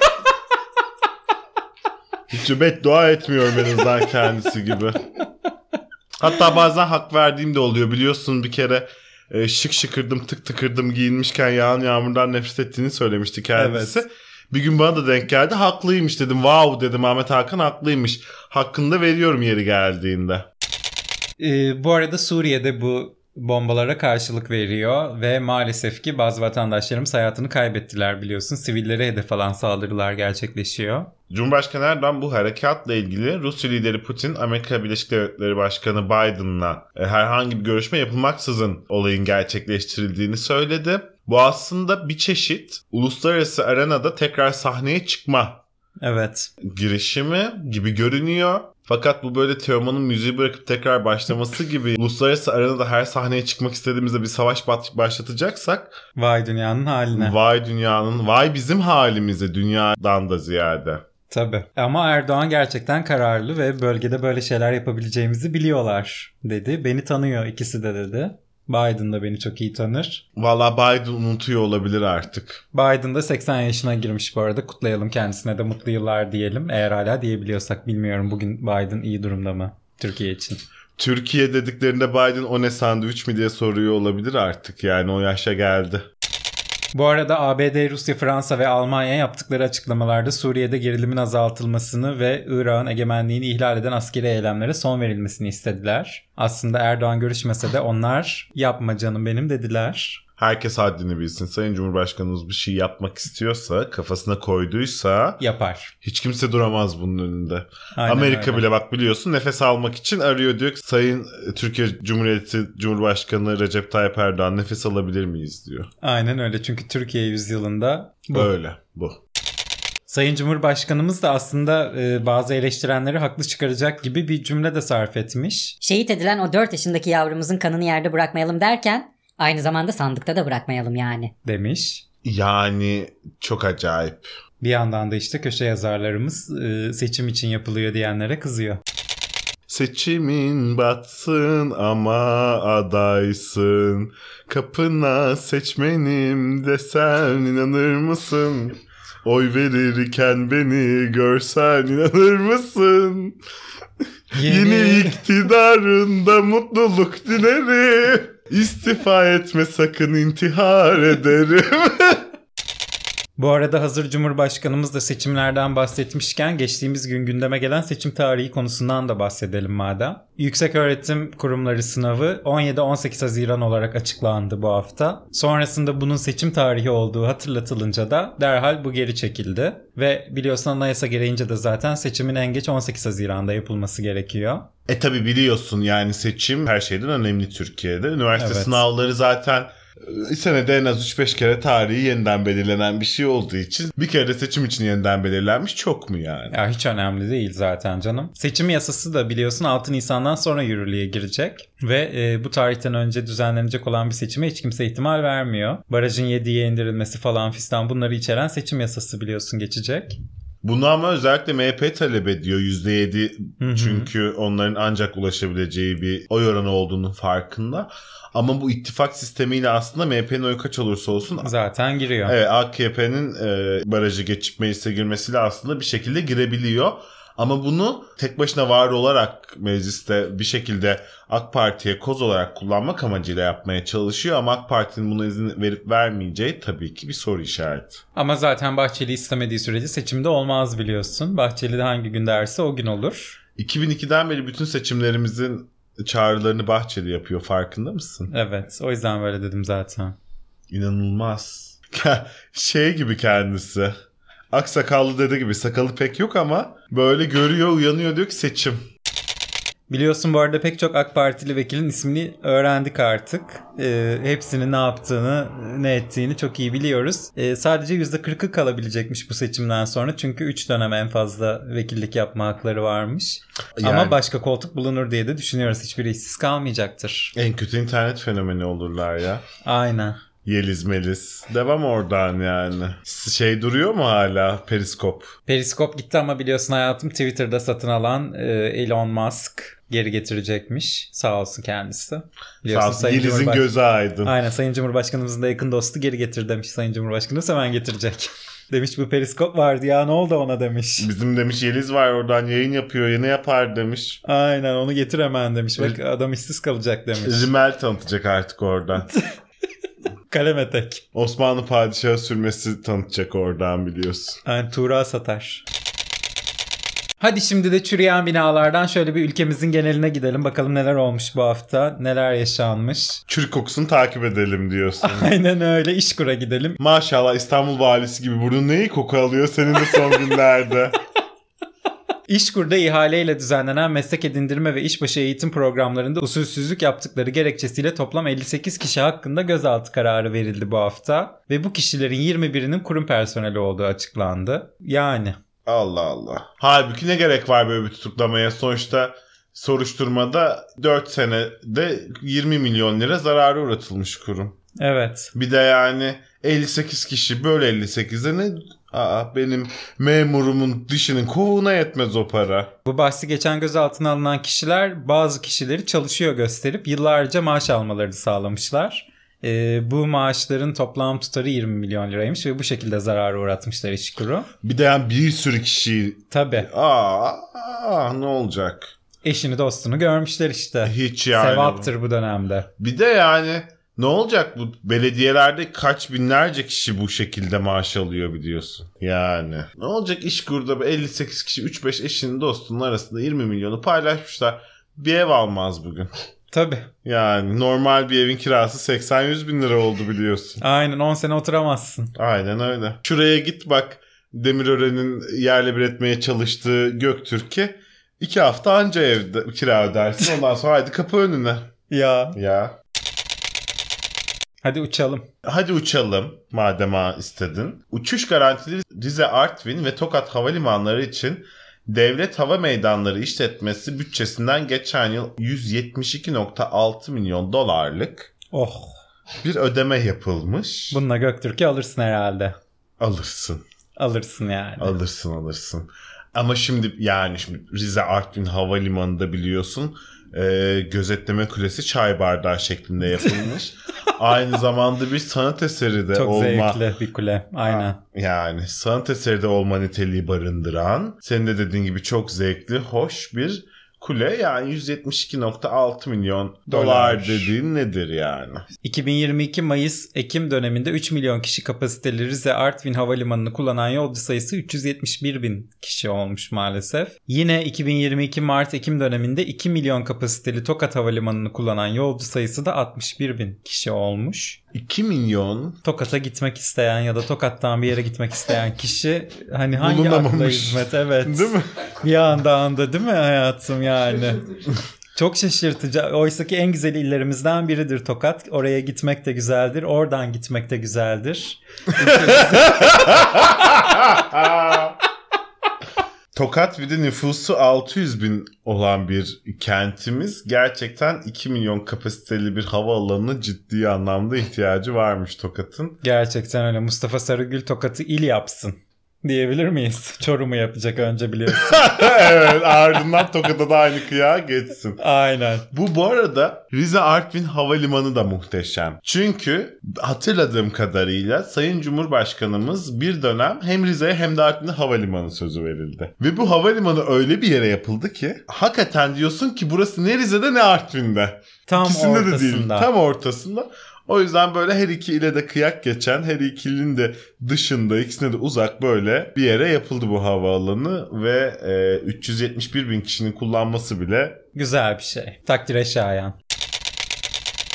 Hiç beddua etmiyorum en azından kendisi gibi. Hatta bazen hak verdiğim de oluyor. Biliyorsun bir kere e, şık şıkırdım tık tıkırdım giyinmişken yağan yağmurdan nefret ettiğini söylemişti kendisi. Evet. Bir gün bana da denk geldi. Haklıymış dedim. Wow dedim, Ahmet Hakan haklıymış. Hakkını da veriyorum yeri geldiğinde. Ee, bu arada Suriye'de bu bombalara karşılık veriyor ve maalesef ki bazı vatandaşlarımız hayatını kaybettiler biliyorsun. Sivillere hedef alan saldırılar gerçekleşiyor. Cumhurbaşkanı Erdoğan bu harekatla ilgili Rusya lideri Putin, Amerika Birleşik Devletleri Başkanı Biden'la herhangi bir görüşme yapılmaksızın olayın gerçekleştirildiğini söyledi. Bu aslında bir çeşit uluslararası arenada tekrar sahneye çıkma evet. girişimi gibi görünüyor. Fakat bu böyle Teoman'ın müziği bırakıp tekrar başlaması gibi uluslararası arenada her sahneye çıkmak istediğimizde bir savaş başlatacaksak vay dünyanın haline. Vay dünyanın, vay bizim halimize dünyadan da ziyade. Tabii. Ama Erdoğan gerçekten kararlı ve bölgede böyle şeyler yapabileceğimizi biliyorlar dedi. Beni tanıyor ikisi de dedi. Biden da beni çok iyi tanır. Valla Biden unutuyor olabilir artık. Biden da seksen yaşına girmiş bu arada. Kutlayalım kendisine de mutlu yıllar diyelim. Eğer hala diyebiliyorsak bilmiyorum. Bugün Biden iyi durumda mı Türkiye için? Türkiye dediklerinde Biden o ne sandviç mi diye soruyor olabilir artık. Yani o yaşa geldi. Bu arada A B D, Rusya, Fransa ve Almanya yaptıkları açıklamalarda Suriye'de gerilimin azaltılmasını ve Irak'ın egemenliğini ihlal eden askeri eylemlere son verilmesini istediler. Aslında Erdoğan görüşmese de onlar yapma canım benim dediler. Herkes haddini bilsin. Sayın Cumhurbaşkanımız bir şey yapmak istiyorsa, kafasına koyduysa yapar. Hiç kimse duramaz bunun önünde. Aynen Amerika öyle. bile bak biliyorsun nefes almak için arıyor, diyor ki Sayın Türkiye Cumhuriyeti Cumhurbaşkanı Recep Tayyip Erdoğan nefes alabilir miyiz diyor. Aynen öyle, çünkü Türkiye yüzyılında bu. Öyle bu. Sayın Cumhurbaşkanımız da aslında e, bazı eleştirenleri haklı çıkaracak gibi bir cümle de sarf etmiş. Şehit edilen o dört yaşındaki yavrumuzun kanını yerde bırakmayalım derken aynı zamanda sandıkta da bırakmayalım yani. Demiş. Yani çok acayip. Bir yandan da işte köşe yazarlarımız e, seçim için yapılıyor diyenlere kızıyor. Seçimin batsın ama adaysın. Kapına seçmenim desen inanır mısın? Oy verirken beni görsen inanır mısın? Yeni, Yeni iktidarında mutluluk dilerim. İstifa etme sakın, intihar ederim. Bu arada hazır Cumhurbaşkanımız da seçimlerden bahsetmişken geçtiğimiz gün gündeme gelen seçim tarihi konusundan da bahsedelim madem. Yükseköğretim Kurumları sınavı on yedi on sekiz Haziran olarak açıklandı bu hafta. Sonrasında bunun seçim tarihi olduğu hatırlatılınca da derhal bu geri çekildi. Ve biliyorsun anayasa gereğince de zaten seçimin en geç on sekiz Haziran'da yapılması gerekiyor. E tabi biliyorsun yani seçim her şeyden önemli Türkiye'de. Üniversite Evet. sınavları zaten senede en az üç beş kere tarihi yeniden belirlenen bir şey olduğu için bir kere de seçim için yeniden belirlenmiş çok mu yani? Ya hiç önemli değil zaten canım. Seçim yasası da biliyorsun altı Nisan'dan sonra yürürlüğe girecek. Ve e, bu tarihten önce düzenlenecek olan bir seçime hiç kimse ihtimal vermiyor. Barajın yediye indirilmesi falan fistan bunları içeren seçim yasası biliyorsun geçecek. Bunu ama özellikle M H P talep ediyor yüzde yedi Hı hı. çünkü onların ancak ulaşabileceği bir oy oranı olduğunun farkında. Ama bu ittifak sistemiyle aslında M H P'nin oyu kaç olursa olsun Zaten giriyor. evet, A K P'nin e, barajı geçip meclise girmesiyle aslında bir şekilde girebiliyor. Ama bunu tek başına var olarak mecliste bir şekilde AK Parti'ye koz olarak kullanmak amacıyla yapmaya çalışıyor. Ama AK Parti'nin buna izin verip vermeyeceği tabii ki bir soru işareti. Ama zaten Bahçeli istemediği sürece seçimde olmaz biliyorsun. Bahçeli de hangi gün derse o gün olur. iki bin ikiden beri bütün seçimlerimizin çağrılarını Bahçeli yapıyor, farkında mısın? Evet, o yüzden böyle dedim zaten. İnanılmaz. Şey gibi kendisi. Aksakallı dede gibi, sakalı pek yok ama böyle görüyor, uyanıyor, diyor ki seçim. Biliyorsun bu arada pek çok AK Partili vekilin ismini öğrendik artık. Ee, hepsinin ne yaptığını, ne ettiğini çok iyi biliyoruz. Ee, sadece yüzde kırkı kalabilecekmiş bu seçimden sonra. Çünkü üç dönem en fazla vekillik yapma hakları varmış. Yani, ama başka koltuk bulunur diye de düşünüyoruz. Hiçbiri işsiz kalmayacaktır. En kötü internet fenomeni olurlar ya. Aynen. Yeliz Melis. Devam oradan yani. Şey duruyor mu hala? Periskop. Periskop gitti ama biliyorsun hayatım, Twitter'da satın alan e, Elon Musk geri getirecekmiş. Sağ olsun kendisi. Sağ olsun. Yeliz'in Cumhurbaş- gözü aydın. Aynen, Sayın Cumhurbaşkanımızın da yakın dostu geri getir demiş Sayın Cumhurbaşkanımız, hemen getirecek. Demiş bu periskop vardı ya, ne oldu ona demiş. Bizim demiş Yeliz var oradan yayın yapıyor, yine yapar demiş. Aynen, onu getir hemen demiş. Bak adam işsiz kalacak demiş. Rimel tanıtacak artık oradan. Kalem etek. Osmanlı padişahı sürmesi tanıtacak oradan biliyorsun. Yani Tuğra satar. Hadi şimdi de çürüyen binalardan şöyle bir ülkemizin geneline gidelim. Bakalım neler olmuş bu hafta. Neler yaşanmış. Çürük kokusunu takip edelim diyorsun. Aynen öyle. İşkur'a gidelim. Maşallah İstanbul valisi gibi burnun neyi koku alıyor senin de son günlerde. İşkur'da ihaleyle düzenlenen meslek edindirme ve işbaşı eğitim programlarında usulsüzlük yaptıkları gerekçesiyle toplam elli sekiz kişi hakkında gözaltı kararı verildi bu hafta. Ve bu kişilerin yirmi birinin kurum personeli olduğu açıklandı. Yani... Allah Allah. Halbuki ne gerek var böyle bir tutuklamaya? Sonuçta soruşturmada dört senede yirmi milyon lira zararı uğratılmış kurum. Evet. Bir de yani elli sekiz kişi böyle elli sekize ne? Aa, benim memurumun dişinin kovuğuna yetmez o para. Bu bahsi geçen gözaltına alınan kişiler bazı kişileri çalışıyor gösterip yıllarca maaş almalarını sağlamışlar. Ee, bu maaşların toplam tutarı yirmi milyon liraymış ve bu şekilde zararı uğratmışlar İşkur'u. Bir de yani bir sürü kişi... Tabii. Aa, aa ne olacak? Eşini dostunu görmüşler işte. Hiç yani. Sevaptır bu dönemde. Bir de yani ne olacak bu belediyelerde kaç binlerce kişi bu şekilde maaş alıyor biliyorsun. Yani ne olacak İşkur'da elli sekiz kişi üç beş eşinin dostunun arasında yirmi milyonu paylaşmışlar. Bir ev almaz bugün. Tabii. Yani normal bir evin kirası seksen yüz bin lira oldu biliyorsun. Aynen, on sene oturamazsın. Aynen öyle. Şuraya git bak, Demirören'in yerle bir etmeye çalıştığı Göktürk'e iki hafta anca evde kira ödersin. Ondan sonra haydi kapı önüne. Ya. Ya. Hadi uçalım. Hadi uçalım madem ha istedin. Uçuş garantili Rize, Artvin ve Tokat havalimanları için Devlet Hava Meydanları işletmesi bütçesinden geçen yıl yüz yetmiş iki virgül altı milyon dolarlık Oh. bir ödeme yapılmış. Bununla Göktürk'ü alırsın herhalde. Alırsın. Alırsın yani. Alırsın alırsın. Ama şimdi yani şimdi Rize Artvin Havalimanı'nda biliyorsun e, gözetleme kulesi çay bardağı şeklinde yapılmış. Aynı zamanda bir sanat eseri de Çok olma. zevkli bir kule. Aynen. Yani sanat eseri de olma niteliği barındıran, senin de dediğin gibi çok zevkli, hoş bir kule. Yani yüz yetmiş iki virgül altı milyon dolar, dolar dediğin nedir yani? iki bin yirmi iki Mayıs-Ekim döneminde üç milyon kişi kapasiteli Rize Artvin Havalimanı'nı kullanan yolcu sayısı üç yüz yetmiş bir bin kişi olmuş maalesef. Yine iki bin yirmi iki Mart-Ekim döneminde iki milyon kapasiteli Tokat Havalimanı'nı kullanan yolcu sayısı da altmış bir bin kişi olmuş. iki milyon Tokat'a gitmek isteyen ya da Tokat'tan bir yere gitmek isteyen kişi hani hangi akla hizmet, evet. Değil mi? Bir anda anda değil mi hayatım yani? Çok şaşırtıcı. Oysa ki en güzel illerimizden biridir Tokat. Oraya gitmek de güzeldir. Oradan gitmek de güzeldir. Tokat bir de nüfusu altı yüz bin olan bir kentimiz. Gerçekten iki milyon kapasiteli bir havaalanına ciddi anlamda ihtiyacı varmış Tokat'ın. Gerçekten öyle. Mustafa Sarıgül Tokat'ı il yapsın diyebilir miyiz? Çorum'u yapacak önce biliyorsun. Evet, ardından Tokat'a da aynı kıyağa geçsin. Aynen. Bu bu arada Rize Artvin Havalimanı da muhteşem. Çünkü hatırladığım kadarıyla Sayın Cumhurbaşkanımız bir dönem hem Rize'ye hem de Artvin'e havalimanı sözü verildi. Ve bu havalimanı öyle bir yere yapıldı ki hakikaten diyorsun ki burası ne Rize'de ne Artvin'de. Tam İkisinde ortasında. de değil. Tam ortasında. O yüzden böyle her iki ile de kıyak geçen, her iki ilin de dışında, ikisine de uzak böyle bir yere yapıldı bu havaalanı ve e, üç yüz yetmiş bir bin kişinin kullanması bile güzel bir şey. Takdire şayan.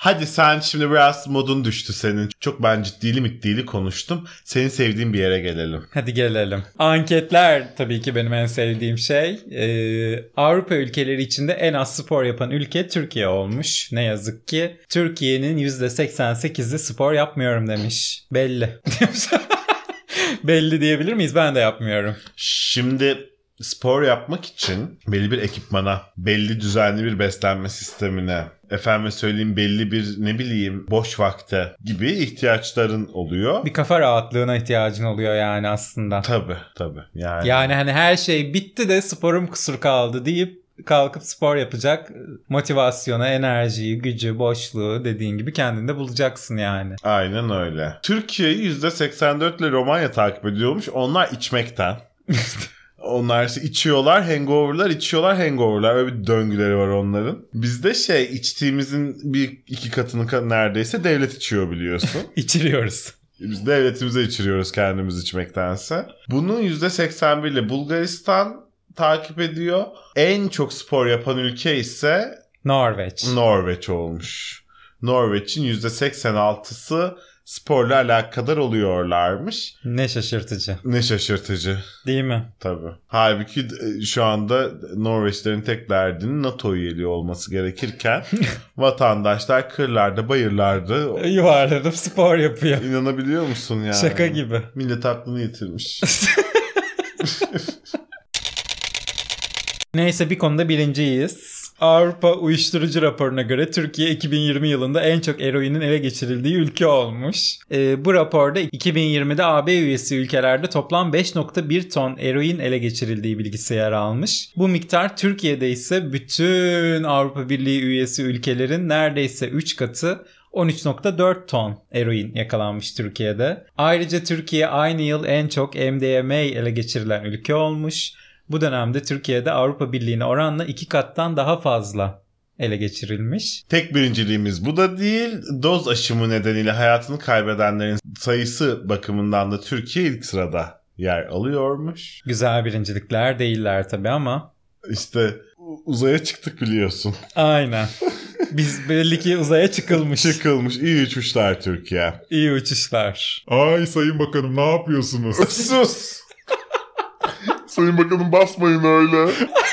Hadi sen şimdi biraz modun düştü senin. Çok ben ciddili middili konuştum. Senin sevdiğin bir yere gelelim. Hadi gelelim. Anketler tabii ki benim en sevdiğim şey. Ee, Avrupa ülkeleri içinde en az spor yapan ülke Türkiye olmuş. Ne yazık ki. Türkiye'nin yüzde seksen sekizi spor yapmıyorum demiş. Belli. Belli diyebilir miyiz? Ben de yapmıyorum. Şimdi spor yapmak için belli bir ekipmana, belli düzenli bir beslenme sistemine, efendime söyleyeyim belli bir ne bileyim boş vakte gibi ihtiyaçların oluyor. Bir kafa rahatlığına ihtiyacın oluyor yani aslında. Tabii tabii. Yani, Yani hani her şey bitti de sporum kusur kaldı deyip kalkıp spor yapacak motivasyonu, enerjiyi, gücü, boşluğu dediğin gibi kendinde bulacaksın yani. Aynen öyle. Türkiye'yi yüzde seksen dört ile Romanya takip ediyormuş. Onlar içmekten. Onlar içiyorlar, hangoverlar, içiyorlar, hangoverlar. Öyle bir döngüleri var onların. Bizde şey içtiğimizin bir iki katını neredeyse devlet içiyor biliyorsun. İçiriyoruz. Biz devletimize içiriyoruz kendimiz içmektense. Bunun yüzde seksen bir ile Bulgaristan takip ediyor. En çok spor yapan ülke ise Norveç. Norveç olmuş. Norveç'in yüzde seksen altısı sporla alakadar oluyorlarmış. Ne şaşırtıcı. Ne şaşırtıcı. Değil mi? Tabii. Halbuki şu anda Norveçlerin tek derdinin NATO üyeliği olması gerekirken vatandaşlar kırlarda, bayırlarda Yuvarlanıp spor yapıyor. İnanabiliyor musun yani? Şaka gibi. Millet aklını yitirmiş. Neyse bir konuda birinciyiz. Avrupa Uyuşturucu Raporu'na göre Türkiye iki bin yirmi yılında en çok eroinin ele geçirildiği ülke olmuş. Ee, bu raporda iki bin yirmide A B üyesi ülkelerde toplam beş nokta bir ton eroin ele geçirildiği bilgisi yer almış. Bu miktar Türkiye'de ise bütün Avrupa Birliği üyesi ülkelerin neredeyse üç katı on üç nokta dört ton eroin yakalanmış Türkiye'de. Ayrıca Türkiye aynı yıl en çok M D M A ele geçirilen ülke olmuş. Bu dönemde Türkiye'de Avrupa Birliği'ne oranla iki kattan daha fazla ele geçirilmiş. Tek birinciliğimiz bu da değil. Doz aşımı nedeniyle hayatını kaybedenlerin sayısı bakımından da Türkiye ilk sırada yer alıyormuş. Güzel birincilikler değiller tabii ama. İşte uzaya çıktık biliyorsun. Aynen. Biz belli ki uzaya çıkılmış. Çıkılmış. İyi uçuşlar Türkiye. İyi uçuşlar. Ay Sayın Bakanım ne yapıyorsunuz? Sus! Sayın Bakanım basmayın öyle.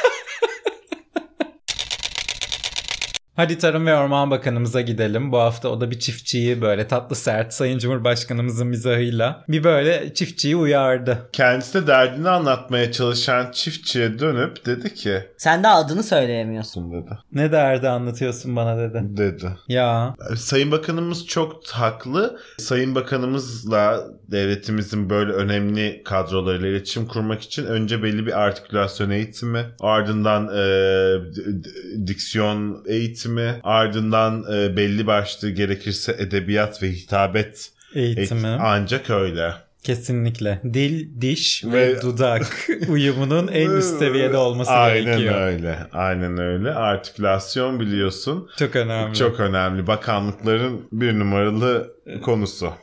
Hadi Tarım ve Orman Bakanımıza gidelim. Bu hafta o da bir çiftçiyi böyle tatlı sert Sayın Cumhurbaşkanımızın mizahıyla bir böyle çiftçiyi uyardı. Kendisi de derdini anlatmaya çalışan çiftçiye dönüp dedi ki... Sen de adını söyleyemiyorsun. dedi. Ne derdi anlatıyorsun bana dedi. Dedi. Ya. Sayın Bakanımız çok haklı. Sayın Bakanımızla devletimizin böyle önemli kadrolarıyla iletişim kurmak için önce belli bir artikülasyon eğitimi, ardından e, diksiyon eğitimi, ardından e, belli başlı gerekirse edebiyat ve hitabet Eğitimi. eğitimi. Ancak öyle. Kesinlikle. Dil, diş ve, Ve- dudak uyumunun en üst seviyede olması Aynen gerekiyor. öyle. Aynen öyle. Artikülasyon biliyorsun. Çok önemli. Çok önemli. Bakanlıkların bir numaralı konusu.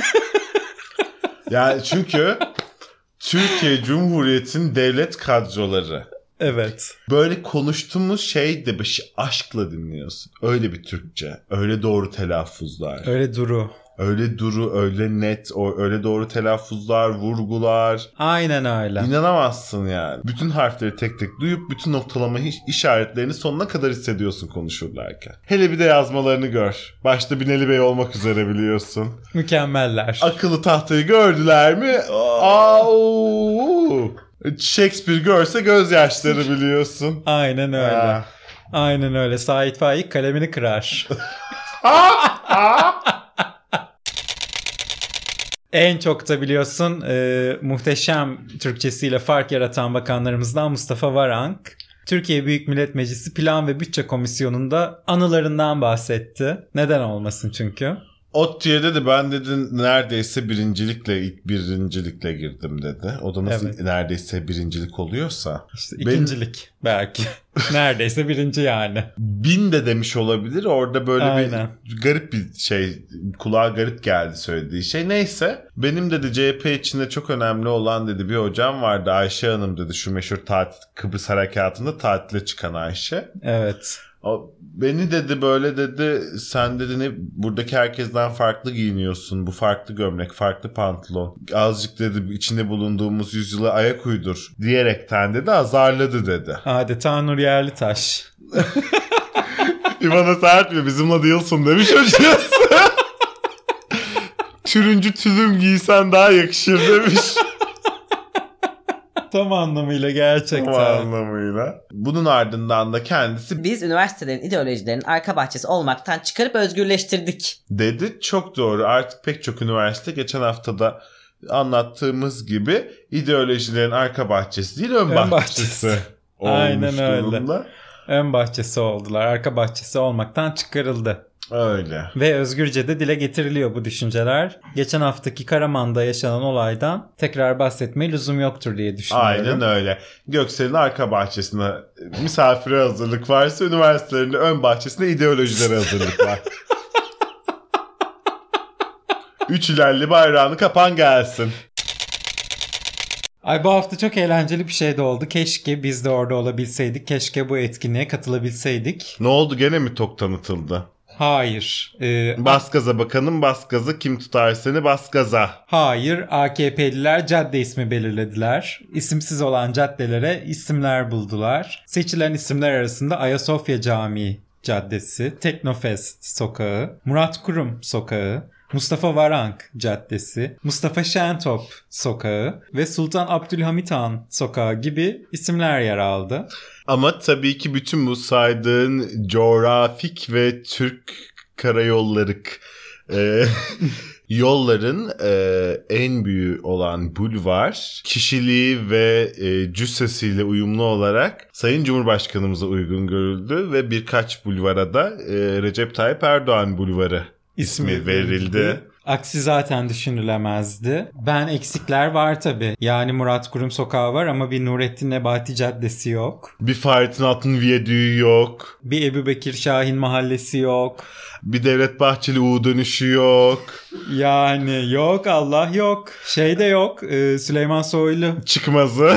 Yani çünkü Türkiye Cumhuriyeti'nin devlet kadroları Evet. böyle konuştuğumuz şey de bir şey aşkla dinliyorsun. Öyle bir Türkçe. Öyle doğru telaffuzlar. Öyle duru. Öyle duru, öyle net, o öyle doğru telaffuzlar, vurgular. Aynen öyle. İnanamazsın yani. Bütün harfleri tek tek duyup bütün noktalama iş- işaretlerini sonuna kadar hissediyorsun konuşurlarken. Hele bir de yazmalarını gör. Başta Binali Bey olmak üzere biliyorsun. Mükemmeller. Akıllı tahtayı gördüler mi? Au! Shakespeare görse gözyaşları biliyorsun. Aynen öyle. Ah. Aynen öyle. Sait Faik kalemini kırar. En çok da biliyorsun e, muhteşem Türkçesiyle fark yaratan bakanlarımızdan Mustafa Varank, Türkiye Büyük Millet Meclisi Plan ve Bütçe Komisyonu'nda anılarından bahsetti. Neden olmasın çünkü. ODTÜ'ye de ben dedi neredeyse birincilikle ilk birincilikle girdim dedi. O da nasıl Evet. neredeyse birincilik oluyorsa. İşte Benim- ikincilik belki. Neredeyse birinci yani. Bin de demiş olabilir. Orada böyle Aynen. bir garip bir şey, kulağa garip geldi söylediği şey. Neyse, benim dedi C H P içinde çok önemli olan dedi bir hocam vardı, Ayşe Hanım dedi, şu meşhur tatil, Kıbrıs Harekatı'nda tatile çıkan Ayşe. Evet. O, beni dedi böyle dedi, sen dedi ne, buradaki herkesten farklı giyiniyorsun, bu farklı gömlek, farklı pantolon, azıcık dedi içinde bulunduğumuz yüzyıla ayak uydur diyerekten dedi azarladı dedi. Adeta Nur Yerlitaş. İvana sert mi, bizimle değilsin demiş hocası. Türüncü tülüm giysen daha yakışır demiş. Tam anlamıyla gerçekten. Tam anlamıyla. Bunun ardından da kendisi Biz üniversitelerin ideolojilerinin arka bahçesi olmaktan çıkarıp özgürleştirdik. dedi. Çok doğru. Artık pek çok üniversite geçen haftada anlattığımız gibi ideolojilerin arka bahçesi değil, ön, Ön bahçesi, bahçesi. Aynen öyle. durumda. Ön bahçesi oldular. Arka bahçesi olmaktan çıkarıldı. Öyle. Ve özgürce de dile getiriliyor bu düşünceler. Geçen haftaki Karaman'da yaşanan olaydan tekrar bahsetmeye lüzum yoktur diye düşünüyorum. Aynen öyle. Göksel'in arka bahçesine misafire hazırlık varsa üniversitelerin de ön bahçesine ideolojilere hazırlık var. Üç ilerli bayrağını kapan gelsin. Ay bu hafta çok eğlenceli bir şey de oldu. Keşke biz de orada olabilseydik. Keşke bu etkinliğe katılabilseydik. Ne oldu, gene mi tok tanıtıldı? Hayır. Ee, Bas gaza bakanım, bas gaza, kim tutar seni bas gaza. Hayır, A K P'liler cadde ismi belirlediler. İsimsiz olan caddelere isimler buldular. Seçilen isimler arasında Ayasofya Camii Caddesi, Teknofest Sokağı, Murat Kurum Sokağı, Mustafa Varank Caddesi, Mustafa Şentop Sokağı ve Sultan Abdülhamit Han Sokağı gibi isimler yer aldı. Ama tabii ki bütün bu saydığın coğrafik ve Türk karayolları e, yolların e, en büyüğü olan bulvar kişiliği ve e, cüssesiyle uyumlu olarak Sayın Cumhurbaşkanımıza uygun görüldü ve birkaç bulvara da e, Recep Tayyip Erdoğan Bulvarı ismi, ismi verildi. Aksi zaten düşünülemezdi. Ben eksikler var tabii. Yani Murat Kurum Sokağı var ama bir Nurettin Nebati Caddesi yok. Bir Fahrettin Altın Viyadüğü yok. Bir Ebubekir Şahin Mahallesi yok. Bir Devlet Bahçeli U dönüşü yok. Yani yok, Allah yok. Şey de yok, e, Süleyman Soylu çıkmazı.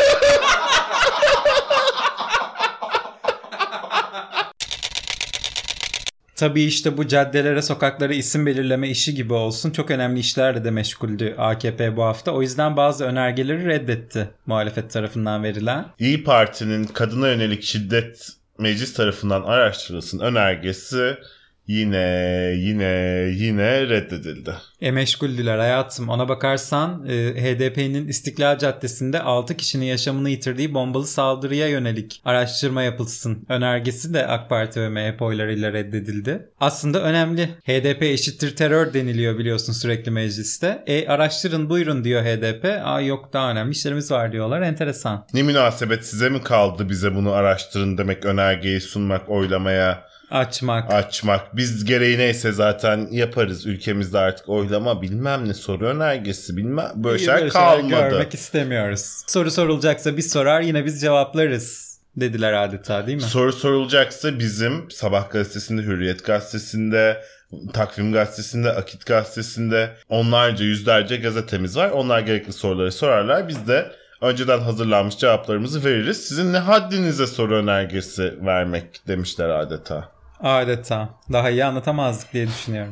Tabii işte bu caddelere, sokaklara isim belirleme işi gibi olsun. Çok önemli işlerle de meşguldü A K P bu hafta. O yüzden bazı önergeleri reddetti muhalefet tarafından verilen. İYİ Parti'nin kadına yönelik şiddet meclis tarafından araştırılsın önergesi yine yine yine reddedildi. E meşguldüler hayatım. Ona bakarsan e, H D P'nin İstiklal Caddesi'nde altı kişinin yaşamını yitirdiği bombalı saldırıya yönelik araştırma yapılsın önergesi de AK Parti ve M H P oylarıyla reddedildi. Aslında önemli. H D P eşittir terör deniliyor biliyorsun sürekli mecliste. E araştırın buyurun diyor H D P. Aa yok daha önemli işlerimiz var diyorlar. Enteresan. Ne münasebet, size mi kaldı bize bunu araştırın demek, önergeyi sunmak, oylamaya Açmak. Açmak. Biz gereği neyse zaten yaparız. Ülkemizde artık oylama bilmem ne soru önergesi bilmem böyle şeyler kalmadı. Görmek istemiyoruz. Soru sorulacaksa biz sorar yine biz cevaplarız dediler adeta değil mi? Soru sorulacaksa bizim Sabah gazetesinde, Hürriyet gazetesinde, Takvim gazetesinde, Akit gazetesinde onlarca yüzlerce gazetemiz var. Onlar gerekli soruları sorarlar. Biz de önceden hazırlanmış cevaplarımızı veririz. Sizin ne haddinize soru önergesi vermek demişler adeta. Adeta. Daha iyi anlatamazdık diye düşünüyorum.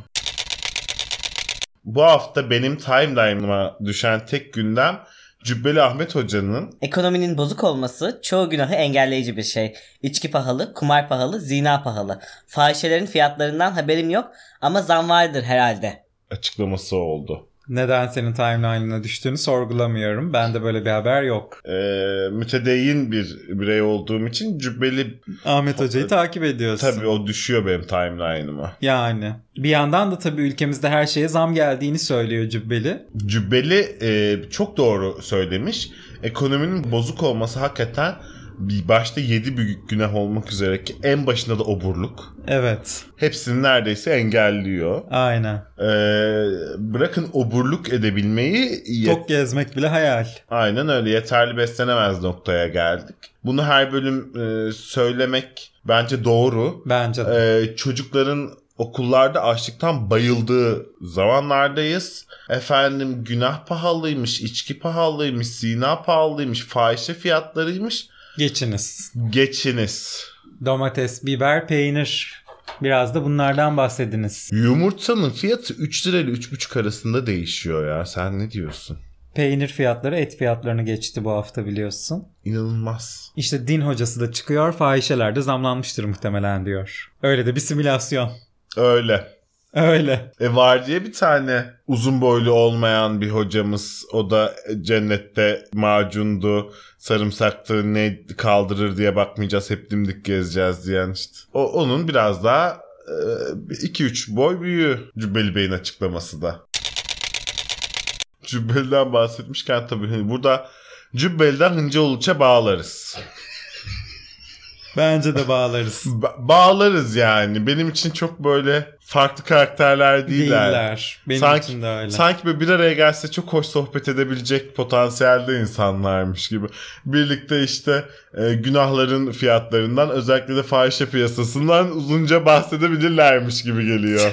Bu hafta benim timeline'ıma düşen tek gündem Cübbeli Ahmet Hoca'nın Ekonominin bozuk olması çoğu günahı engelleyici bir şey. İçki pahalı, kumar pahalı, zina pahalı. Fahişelerin fiyatlarından haberim yok ama zam vardır herhalde açıklaması oldu. Neden senin timeline'ına düştüğünü sorgulamıyorum. Bende böyle bir haber yok. Ee, mütedeyyin bir birey olduğum için Cübbeli Ahmet Hoca'yı takip ediyorsun. Tabii o düşüyor benim timeline'ıma. Yani. Bir yandan da tabii ülkemizde her şeye zam geldiğini söylüyor Cübbeli. Cübbeli e, çok doğru söylemiş. Ekonominin bozuk olması hakikaten bir başta yedi büyük günah olmak üzere ki en başında da oburluk. Evet. Hepsini neredeyse engelliyor. Aynen. Ee, bırakın oburluk edebilmeyi. Tok gezmek bile hayal. Aynen öyle, yeterli beslenemez noktaya geldik. Bunu her bölüm e, söylemek bence doğru. Bence de. Ee, çocukların okullarda açlıktan bayıldığı zamanlardayız. Efendim günah pahalıymış, içki pahalıymış, zina pahalıymış, fahişe fiyatlarıymış. Geçiniz. Geçiniz. Domates, biber, peynir. Biraz da bunlardan bahsediniz. Yumurtanın fiyatı üç lira ile üç buçuk arasında değişiyor ya. Sen ne diyorsun? Peynir fiyatları et fiyatlarını geçti bu hafta biliyorsun. İnanılmaz. İşte din hocası da çıkıyor, fahişeler de zamlanmıştır muhtemelen diyor. Öyle de bir simülasyon. Öyle. Öyle. E var diye bir tane uzun boylu olmayan bir hocamız. O da cennette macundu, sarımsaktı, ne kaldırır diye bakmayacağız, hep dimdik gezeceğiz diyen işte. O, onun biraz daha iki üç boy büyüğü Cübbeli Bey'in açıklaması da. Cübbeli'den bahsetmişken tabii burada Cübbeli'den Hıncal Uluç'a bağlarız. Bence de bağlarız. Ba- bağlarız yani. Benim için çok böyle farklı karakterler değiller. Değiller. Benim sanki, için de öyle. Sanki böyle bir araya gelse çok hoş sohbet edebilecek potansiyelde insanlarmış gibi. Birlikte işte e, günahların fiyatlarından, özellikle de fahişe piyasasından uzunca bahsedebilirlermiş gibi geliyor.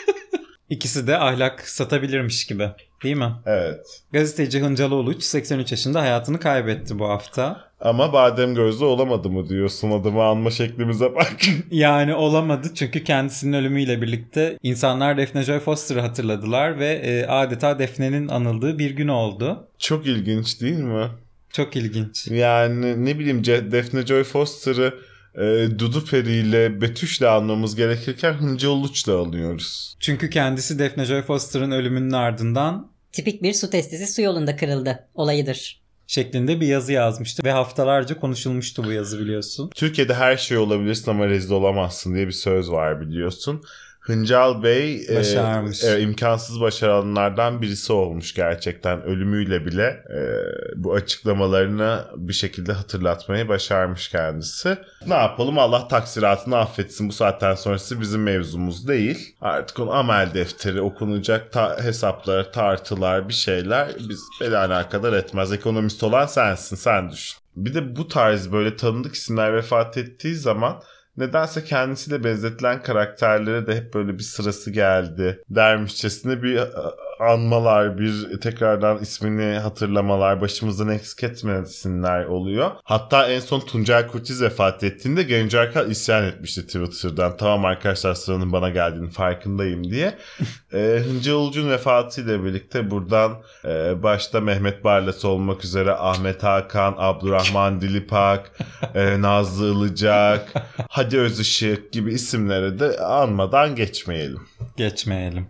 İkisi de ahlak satabilirmiş gibi. Değil mi? Evet. Gazeteci Hıncalı Uluç seksen üç yaşında hayatını kaybetti bu hafta. Ama badem gözlü olamadı mı diyorsun, adımı anma şeklimize bak. Yani olamadı çünkü kendisinin ölümüyle birlikte insanlar Daphne Joy Foster'ı hatırladılar ve e, adeta Daphne'nin anıldığı bir gün oldu. Çok ilginç değil mi? Çok ilginç. Yani ne bileyim, Daphne Joy Foster'ı e, Dudu Peri ile Betüş'le anmamız gerekirken Hıncal Uluç'la alıyoruz. Çünkü kendisi Daphne Joy Foster'ın ölümünün ardından Tipik bir su testisi su yolunda kırıldı olayıdır şeklinde bir yazı yazmıştı ve haftalarca konuşulmuştu bu yazı biliyorsun. Türkiye'de her şey olabilirsin ama rezil olamazsın diye bir söz var biliyorsun. Hıncal Bey başarmış. E, e, imkansız başaranlardan birisi olmuş gerçekten. Ölümüyle bile e, bu açıklamalarını bir şekilde hatırlatmayı başarmış kendisi. Ne yapalım, Allah taksiratını affetsin, bu saatten sonrası bizim mevzumuz değil. Artık onun amel defteri okunacak, ta- hesaplar, tartılar, bir şeyler biz beni alakadar etmez. Ekonomist olan sensin, sen düşün. Bir de bu tarz böyle tanıdık isimler vefat ettiği zaman nedense kendisiyle benzetilen karakterlere de hep böyle bir sırası geldi dermişçesine bir anmalar, bir tekrardan ismini hatırlamalar, başımızdan eksik etmesinler oluyor. Hatta en son Tuncel Kurtiz vefat ettiğinde Genco Erkal isyan etmişti Twitter'dan. Tamam arkadaşlar, sıranın bana geldiğini farkındayım diye. e, Hıncal Uluç'un vefatıyla birlikte buradan e, başta Mehmet Barlas olmak üzere Ahmet Hakan, Abdurrahman Dilipak, e, Nazlı Ilıcak, Hadi Özışık gibi isimlere de anmadan geçmeyelim. Geçmeyelim.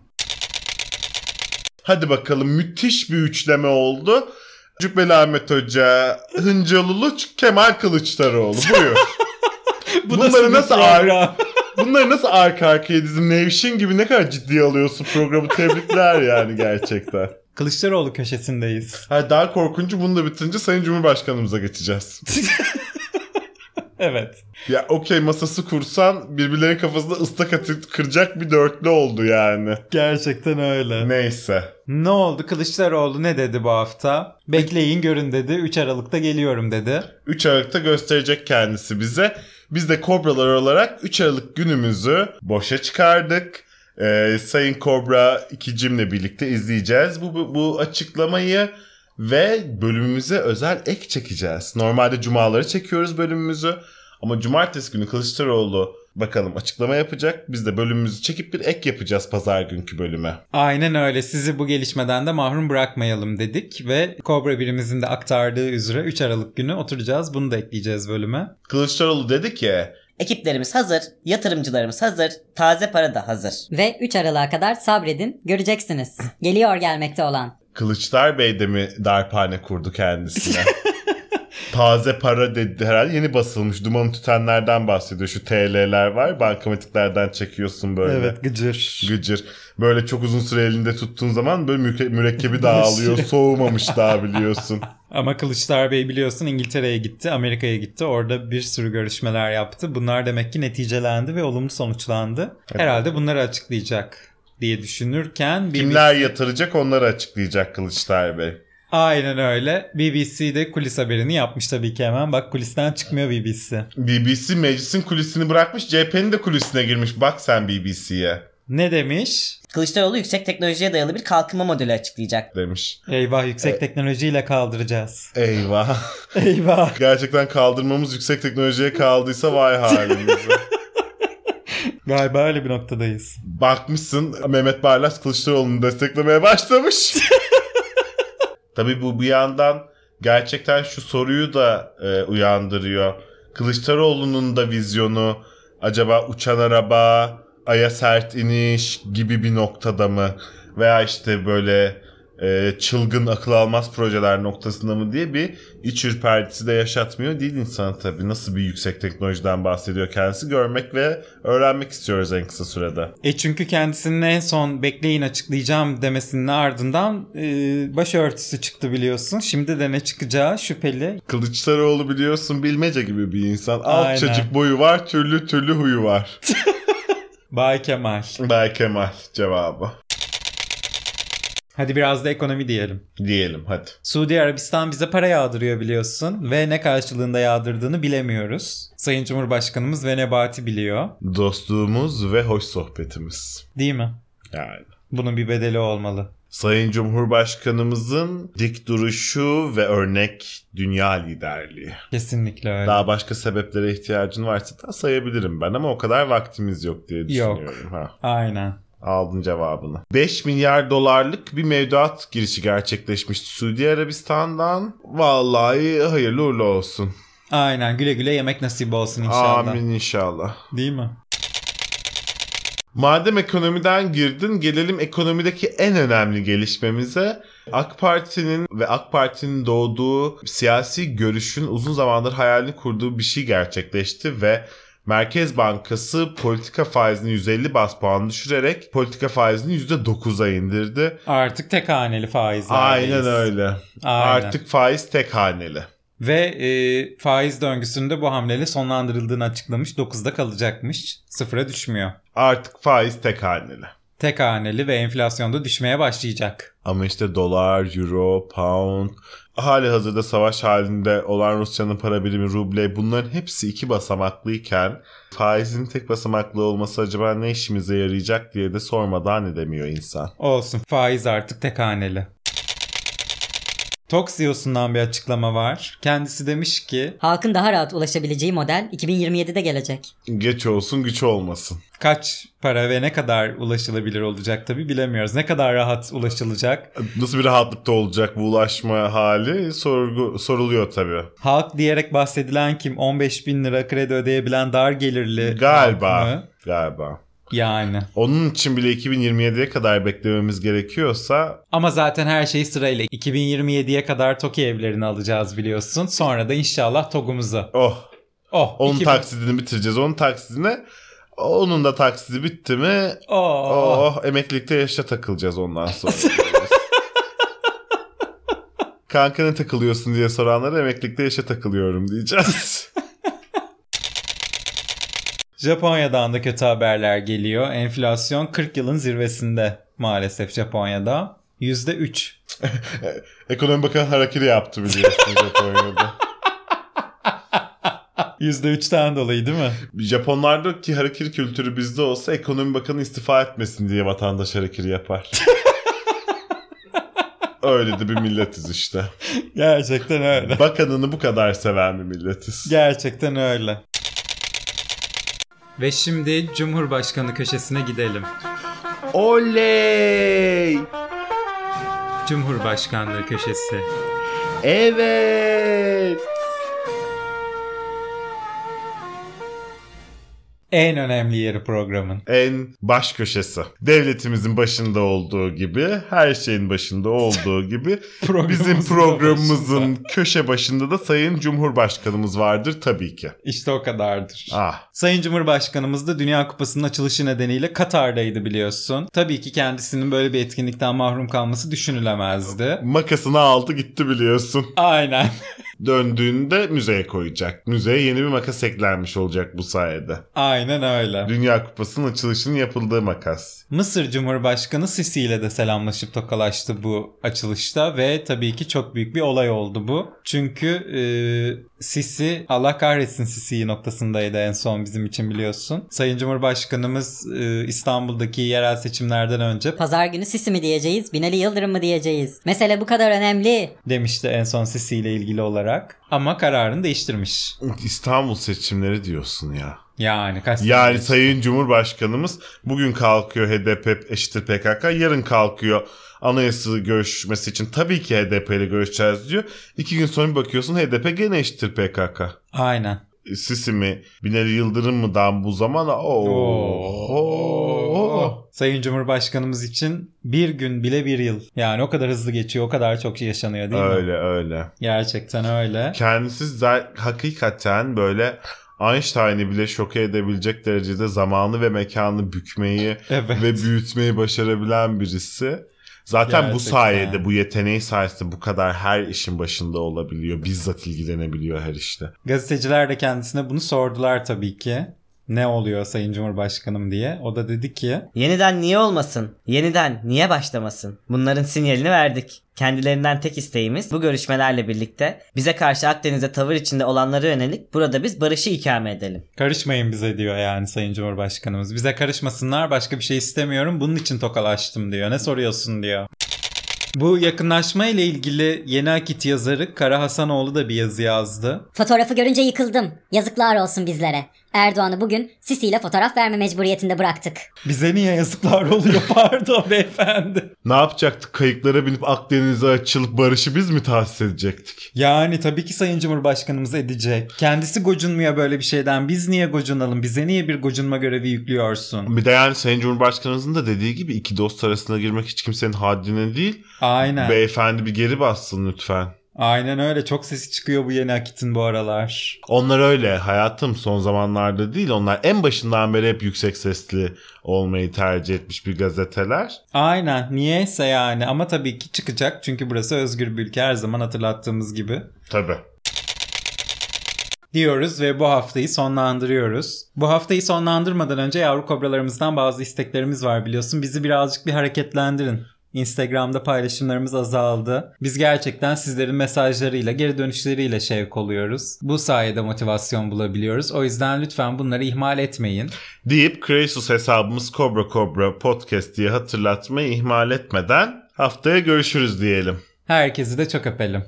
Hadi bakalım, müthiş bir üçleme oldu. Cübbeli Ahmet Hoca, Hıncal Uluç, Kemal Kılıçdaroğlu. Buyur. Bu bunları nasıl ar- bunları nasıl arka arkaya dizim? Nevşin gibi ne kadar ciddiye alıyorsun programı. Tebrikler yani gerçekten. Kılıçdaroğlu köşesindeyiz. Ha, daha korkuncu, bunu da bitince Sayın Cumhurbaşkanımıza geçeceğiz. Evet. Ya okey, masası kursan birbirlerinin kafasında ıslak atı kıracak bir dörtlü oldu yani. Gerçekten öyle. Neyse. Ne oldu? Kılıçdaroğlu ne dedi bu hafta? Bekleyin görün dedi. üç Aralık'ta geliyorum dedi. üç Aralık'ta gösterecek kendisi bize. Biz de Kobralar olarak üç Aralık günümüzü boşa çıkardık. Ee, Sayın Kobra ikicimle birlikte izleyeceğiz bu, bu, bu açıklamayı. Ve bölümümüze özel ek çekeceğiz. Normalde cumaları çekiyoruz bölümümüzü. Ama cumartesi günü Kılıçdaroğlu bakalım açıklama yapacak. Biz de bölümümüzü çekip bir ek yapacağız pazar günkü bölüme. Aynen öyle. Sizi bu gelişmeden de mahrum bırakmayalım dedik. Ve Kobra birimizin de aktardığı üzere üç Aralık günü oturacağız. Bunu da ekleyeceğiz bölüme. Kılıçdaroğlu dedi ki... Ekiplerimiz hazır, yatırımcılarımız hazır, taze para da hazır. Ve üç Aralık'a kadar sabredin, göreceksiniz. Geliyor gelmekte olan. Kılıçdar Bey de mi darphane kurdu kendisine? Taze para dedi herhalde, yeni basılmış. Dumanı tütenlerden bahsediyor. Şu T L'ler var, bankamatiklerden çekiyorsun böyle. Evet, gıcır. Gıcır. Böyle çok uzun süre elinde tuttuğun zaman böyle müre- mürekkebi dağılıyor. Soğumamış daha biliyorsun. Ama Kılıçdaroğlu Bey biliyorsun İngiltere'ye gitti, Amerika'ya gitti. Orada bir sürü görüşmeler yaptı. Bunlar demek ki neticelendi ve olumlu sonuçlandı. Evet. Herhalde bunları açıklayacak diye düşünürken... Kimler B B C... yatıracak onları açıklayacak Kılıçdaroğlu Bey. Aynen öyle. B B C de kulis haberini yapmış tabii ki hemen. Bak kulisten çıkmıyor B B C. B B C meclisin kulisini bırakmış, C H P'nin de kulisine girmiş. Bak sen B B C'ye. Ne demiş? Kılıçdaroğlu yüksek teknolojiye dayalı bir kalkınma modeli açıklayacak demiş. Eyvah, yüksek e- teknolojiyle kaldıracağız. Eyvah. Eyvah. Gerçekten kaldırmamız yüksek teknolojiye kaldıysa vay halimize. Galiba öyle bir noktadayız. Bakmışsın Mehmet Barlas Kılıçdaroğlu'nu desteklemeye başlamış. Tabii bu bir yandan gerçekten şu soruyu da e, uyandırıyor. Kılıçdaroğlu'nun da vizyonu acaba uçan araba, aya sert iniş gibi bir noktada mı? Veya işte böyle e, çılgın akıl almaz projeler noktasında mı diye bir iç ürpertisi de yaşatmıyor değil insana tabii. Nasıl bir yüksek teknolojiden bahsediyor kendisi, görmek ve öğrenmek istiyoruz en kısa sürede. E çünkü kendisinin en son bekleyin açıklayacağım demesinin ardından e, başörtüsü çıktı biliyorsun. Şimdi de ne çıkacağı şüpheli. Kılıçdaroğlu biliyorsun bilmece gibi bir insan. Alt çocuk boyu var, türlü türlü huyu var. Bay Kemal. Bay Kemal cevabı. Hadi biraz da ekonomi diyelim. Diyelim hadi. Suudi Arabistan bize para yağdırıyor biliyorsun ve ne karşılığında yağdırdığını bilemiyoruz. Sayın Cumhurbaşkanımız ve Nebati biliyor. Dostluğumuz ve hoş sohbetimiz. Değil mi? Yani. Bunun bir bedeli olmalı. Sayın Cumhurbaşkanımızın dik duruşu ve örnek dünya liderliği. Kesinlikle öyle. Daha başka sebeplere ihtiyacın varsa da sayabilirim ben ama o kadar vaktimiz yok diye düşünüyorum. Yok. Ha. Aynen. Aldın cevabını. beş milyar dolarlık bir mevduat girişi gerçekleşmişti Suudi Arabistan'dan. Vallahi hayırlı uğurlu olsun. Aynen, güle güle yemek nasip olsun inşallah. Amin inşallah. Değil mi? Madem ekonomiden girdin, gelelim ekonomideki en önemli gelişmemize. AK Parti'nin ve AK Parti'nin doğduğu siyasi görüşün uzun zamandır hayalini kurduğu bir şey gerçekleşti ve Merkez Bankası politika faizini yüz elli bas puan düşürerek politika faizini yüzde dokuza indirdi. Artık tek haneli faizlerdeyiz. Aynen öyle. Aynen. Artık faiz tek haneli. Ve e, faiz döngüsünde bu hamleyle sonlandırıldığını açıklamış. dokuzda kalacakmış. Sıfıra düşmüyor. Artık faiz tek haneli. Tek haneli ve enflasyonda düşmeye başlayacak. Ama işte dolar, euro, pound, hali hazırda savaş halinde olan Rusya'nın para birimi ruble, bunların hepsi iki basamaklıyken faizin tek basamaklı olması acaba ne işimize yarayacak diye de sormadan edemiyor insan. Olsun, faiz artık tek haneli. Toks C E O'sundan bir açıklama var. Kendisi demiş ki halkın daha rahat ulaşabileceği model iki bin yirmi yedide gelecek. Geç olsun güç olmasın. Kaç para ve ne kadar ulaşılabilir olacak tabii bilemiyoruz. Ne kadar rahat ulaşılacak? Nasıl bir rahatlıkta olacak bu ulaşma hali sorgu, soruluyor tabii. Halk diyerek bahsedilen kim? on beş bin lira kredi ödeyebilen dar gelirli galiba, halk mı? Galiba. Yani. Onun için bile iki bin yirmi yediye kadar beklememiz gerekiyorsa... Ama zaten her şey sırayla. iki bin yirmi yediye kadar TOKİ evlerini alacağız biliyorsun. Sonra da inşallah TOG'umuzu. Oh. Oh. Onun iki bin... taksidini bitireceğiz. Onun taksidine... Onun da taksidi bitti mi... Oh. Oh. Emeklilikte yaşa takılacağız ondan sonra. Kanka ne takılıyorsun diye soranlara emeklilikte yaşa takılıyorum diyeceğiz. Japonya'dan da kötü haberler geliyor. Enflasyon kırk yılın zirvesinde maalesef Japonya'da. yüzde üç. Ekonomi Bakanı harakiri yaptı biliyorsun Japonya'da. yüzde üçten dolayı değil mi? Japonlardaki harakiri kültürü bizde olsa Ekonomi Bakanı istifa etmesin diye vatandaş harakiri yapar. Öyle de bir milletiz işte. Gerçekten öyle. Bakanını bu kadar seven bir milletiz. Gerçekten öyle. Ve şimdi Cumhurbaşkanı köşesine gidelim. Oley! Cumhurbaşkanlığı köşesi. Evet! En önemli yeri programın. En baş köşesi. Devletimizin başında olduğu gibi, her şeyin başında olduğu gibi bizim programımızın köşe başında da Sayın Cumhurbaşkanımız vardır tabii ki. İşte o kadardır. Ah. Sayın Cumhurbaşkanımız da Dünya Kupası'nın açılışı nedeniyle Katar'daydı biliyorsun. Tabii ki kendisinin böyle bir etkinlikten mahrum kalması düşünülemezdi. Makasını aldı gitti biliyorsun. Aynen. Döndüğünde müzeye koyacak. Müzeye yeni bir makas eklenmiş olacak bu sayede. Aynen öyle. Dünya Kupası'nın açılışının yapıldığı makas. Mısır Cumhurbaşkanı Sisi ile de selamlaşıp tokalaştı bu açılışta ve tabii ki çok büyük bir olay oldu bu. Çünkü e, Sisi, Allah kahretsin Sisi'yi noktasındaydı en son bizim için biliyorsun. Sayın Cumhurbaşkanımız e, İstanbul'daki yerel seçimlerden önce Pazar günü Sisi mi diyeceğiz, Binali Yıldırım mı diyeceğiz? Mesele bu kadar önemli. demişti en son Sisi ile ilgili olarak. Ama kararını değiştirmiş. İstanbul seçimleri diyorsun ya. Yani kaç Yani sene Sayın Cumhurbaşkanımız bugün kalkıyor H D P eşittir P K K, yarın kalkıyor anayasa görüşmesi için tabii ki H D P ile görüşeceğiz diyor. İki gün sonra bir bakıyorsun H D P gene eşittir P K K. Aynen. Sisi mi, Binali Yıldırım mı dan bu zaman? Oo. Oo. Sayın Cumhurbaşkanımız için bir gün bile bir yıl. Yani o kadar hızlı geçiyor, o kadar çok yaşanıyor değil mi? Öyle öyle. Gerçekten öyle. Kendisi zaten hakikaten böyle Einstein'ı bile şoke edebilecek derecede zamanı ve mekanı bükmeyi Evet. ve büyütmeyi başarabilen birisi. Zaten Gerçekten. bu sayede, bu yeteneği sayesinde bu kadar her işin başında olabiliyor. Bizzat ilgilenebiliyor her işte. Gazeteciler de kendisine bunu sordular tabii ki. Ne oluyor Sayın Cumhurbaşkanım diye. O da dedi ki Yeniden niye olmasın? Yeniden niye başlamasın? Bunların sinyalini verdik. Kendilerinden tek isteğimiz bu görüşmelerle birlikte bize karşı Akdeniz'de tavır içinde olanlara yönelik burada biz barışı ikame edelim. karışmayın bize diyor yani Sayın Cumhurbaşkanımız. Bize karışmasınlar, başka bir şey istemiyorum, bunun için tokalaştım diyor. Ne soruyorsun diyor. Bu yakınlaşma ile ilgili Yeni Akit yazarı Kara Hasanoğlu da bir yazı yazdı. Fotoğrafı görünce yıkıldım. Yazıklar olsun bizlere. Erdoğan'ı bugün Sisi ile fotoğraf verme mecburiyetinde bıraktık. Bize niye yazıklar oluyor pardon beyefendi. Ne yapacaktık? Kayıklara binip Akdeniz'e açılıp barışı biz mi tahsis edecektik? Yani tabii ki Sayın Cumhurbaşkanımız edecek. Kendisi gocunmuyor böyle bir şeyden. Biz niye gocunalım? Bize niye bir gocunma görevi yüklüyorsun? Bir de yani Sayın Cumhurbaşkanımızın da dediği gibi iki dost arasına girmek hiç kimsenin haddine değil. Aynen. Beyefendi bir geri bassın lütfen. Aynen öyle. Çok sesi çıkıyor bu Yeni Akit'in bu aralar. Onlar öyle hayatım, son zamanlarda değil. Onlar en başından beri hep yüksek sesli olmayı tercih etmiş bir gazeteler. Aynen. Niyeyse yani. Ama tabii ki çıkacak. Çünkü burası özgür bir ülke, her zaman hatırlattığımız gibi. Tabii. Diyoruz ve bu haftayı sonlandırıyoruz. Bu haftayı sonlandırmadan önce yavru kobralarımızdan bazı isteklerimiz var biliyorsun. Bizi birazcık bir hareketlendirin. Instagram'da paylaşımlarımız azaldı. Biz gerçekten sizlerin mesajlarıyla, geri dönüşleriyle şevk oluyoruz. Bu sayede motivasyon bulabiliyoruz. O yüzden lütfen bunları ihmal etmeyin. Deyip Kresus hesabımız Kobra Kobra Podcast diye hatırlatmayı ihmal etmeden haftaya görüşürüz diyelim. Herkesi de çok öpelim.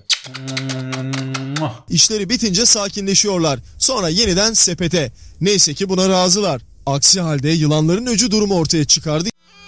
İşleri bitince sakinleşiyorlar. Sonra yeniden sepete. Neyse ki buna razılar. Aksi halde yılanların öcü durumu ortaya çıkardı.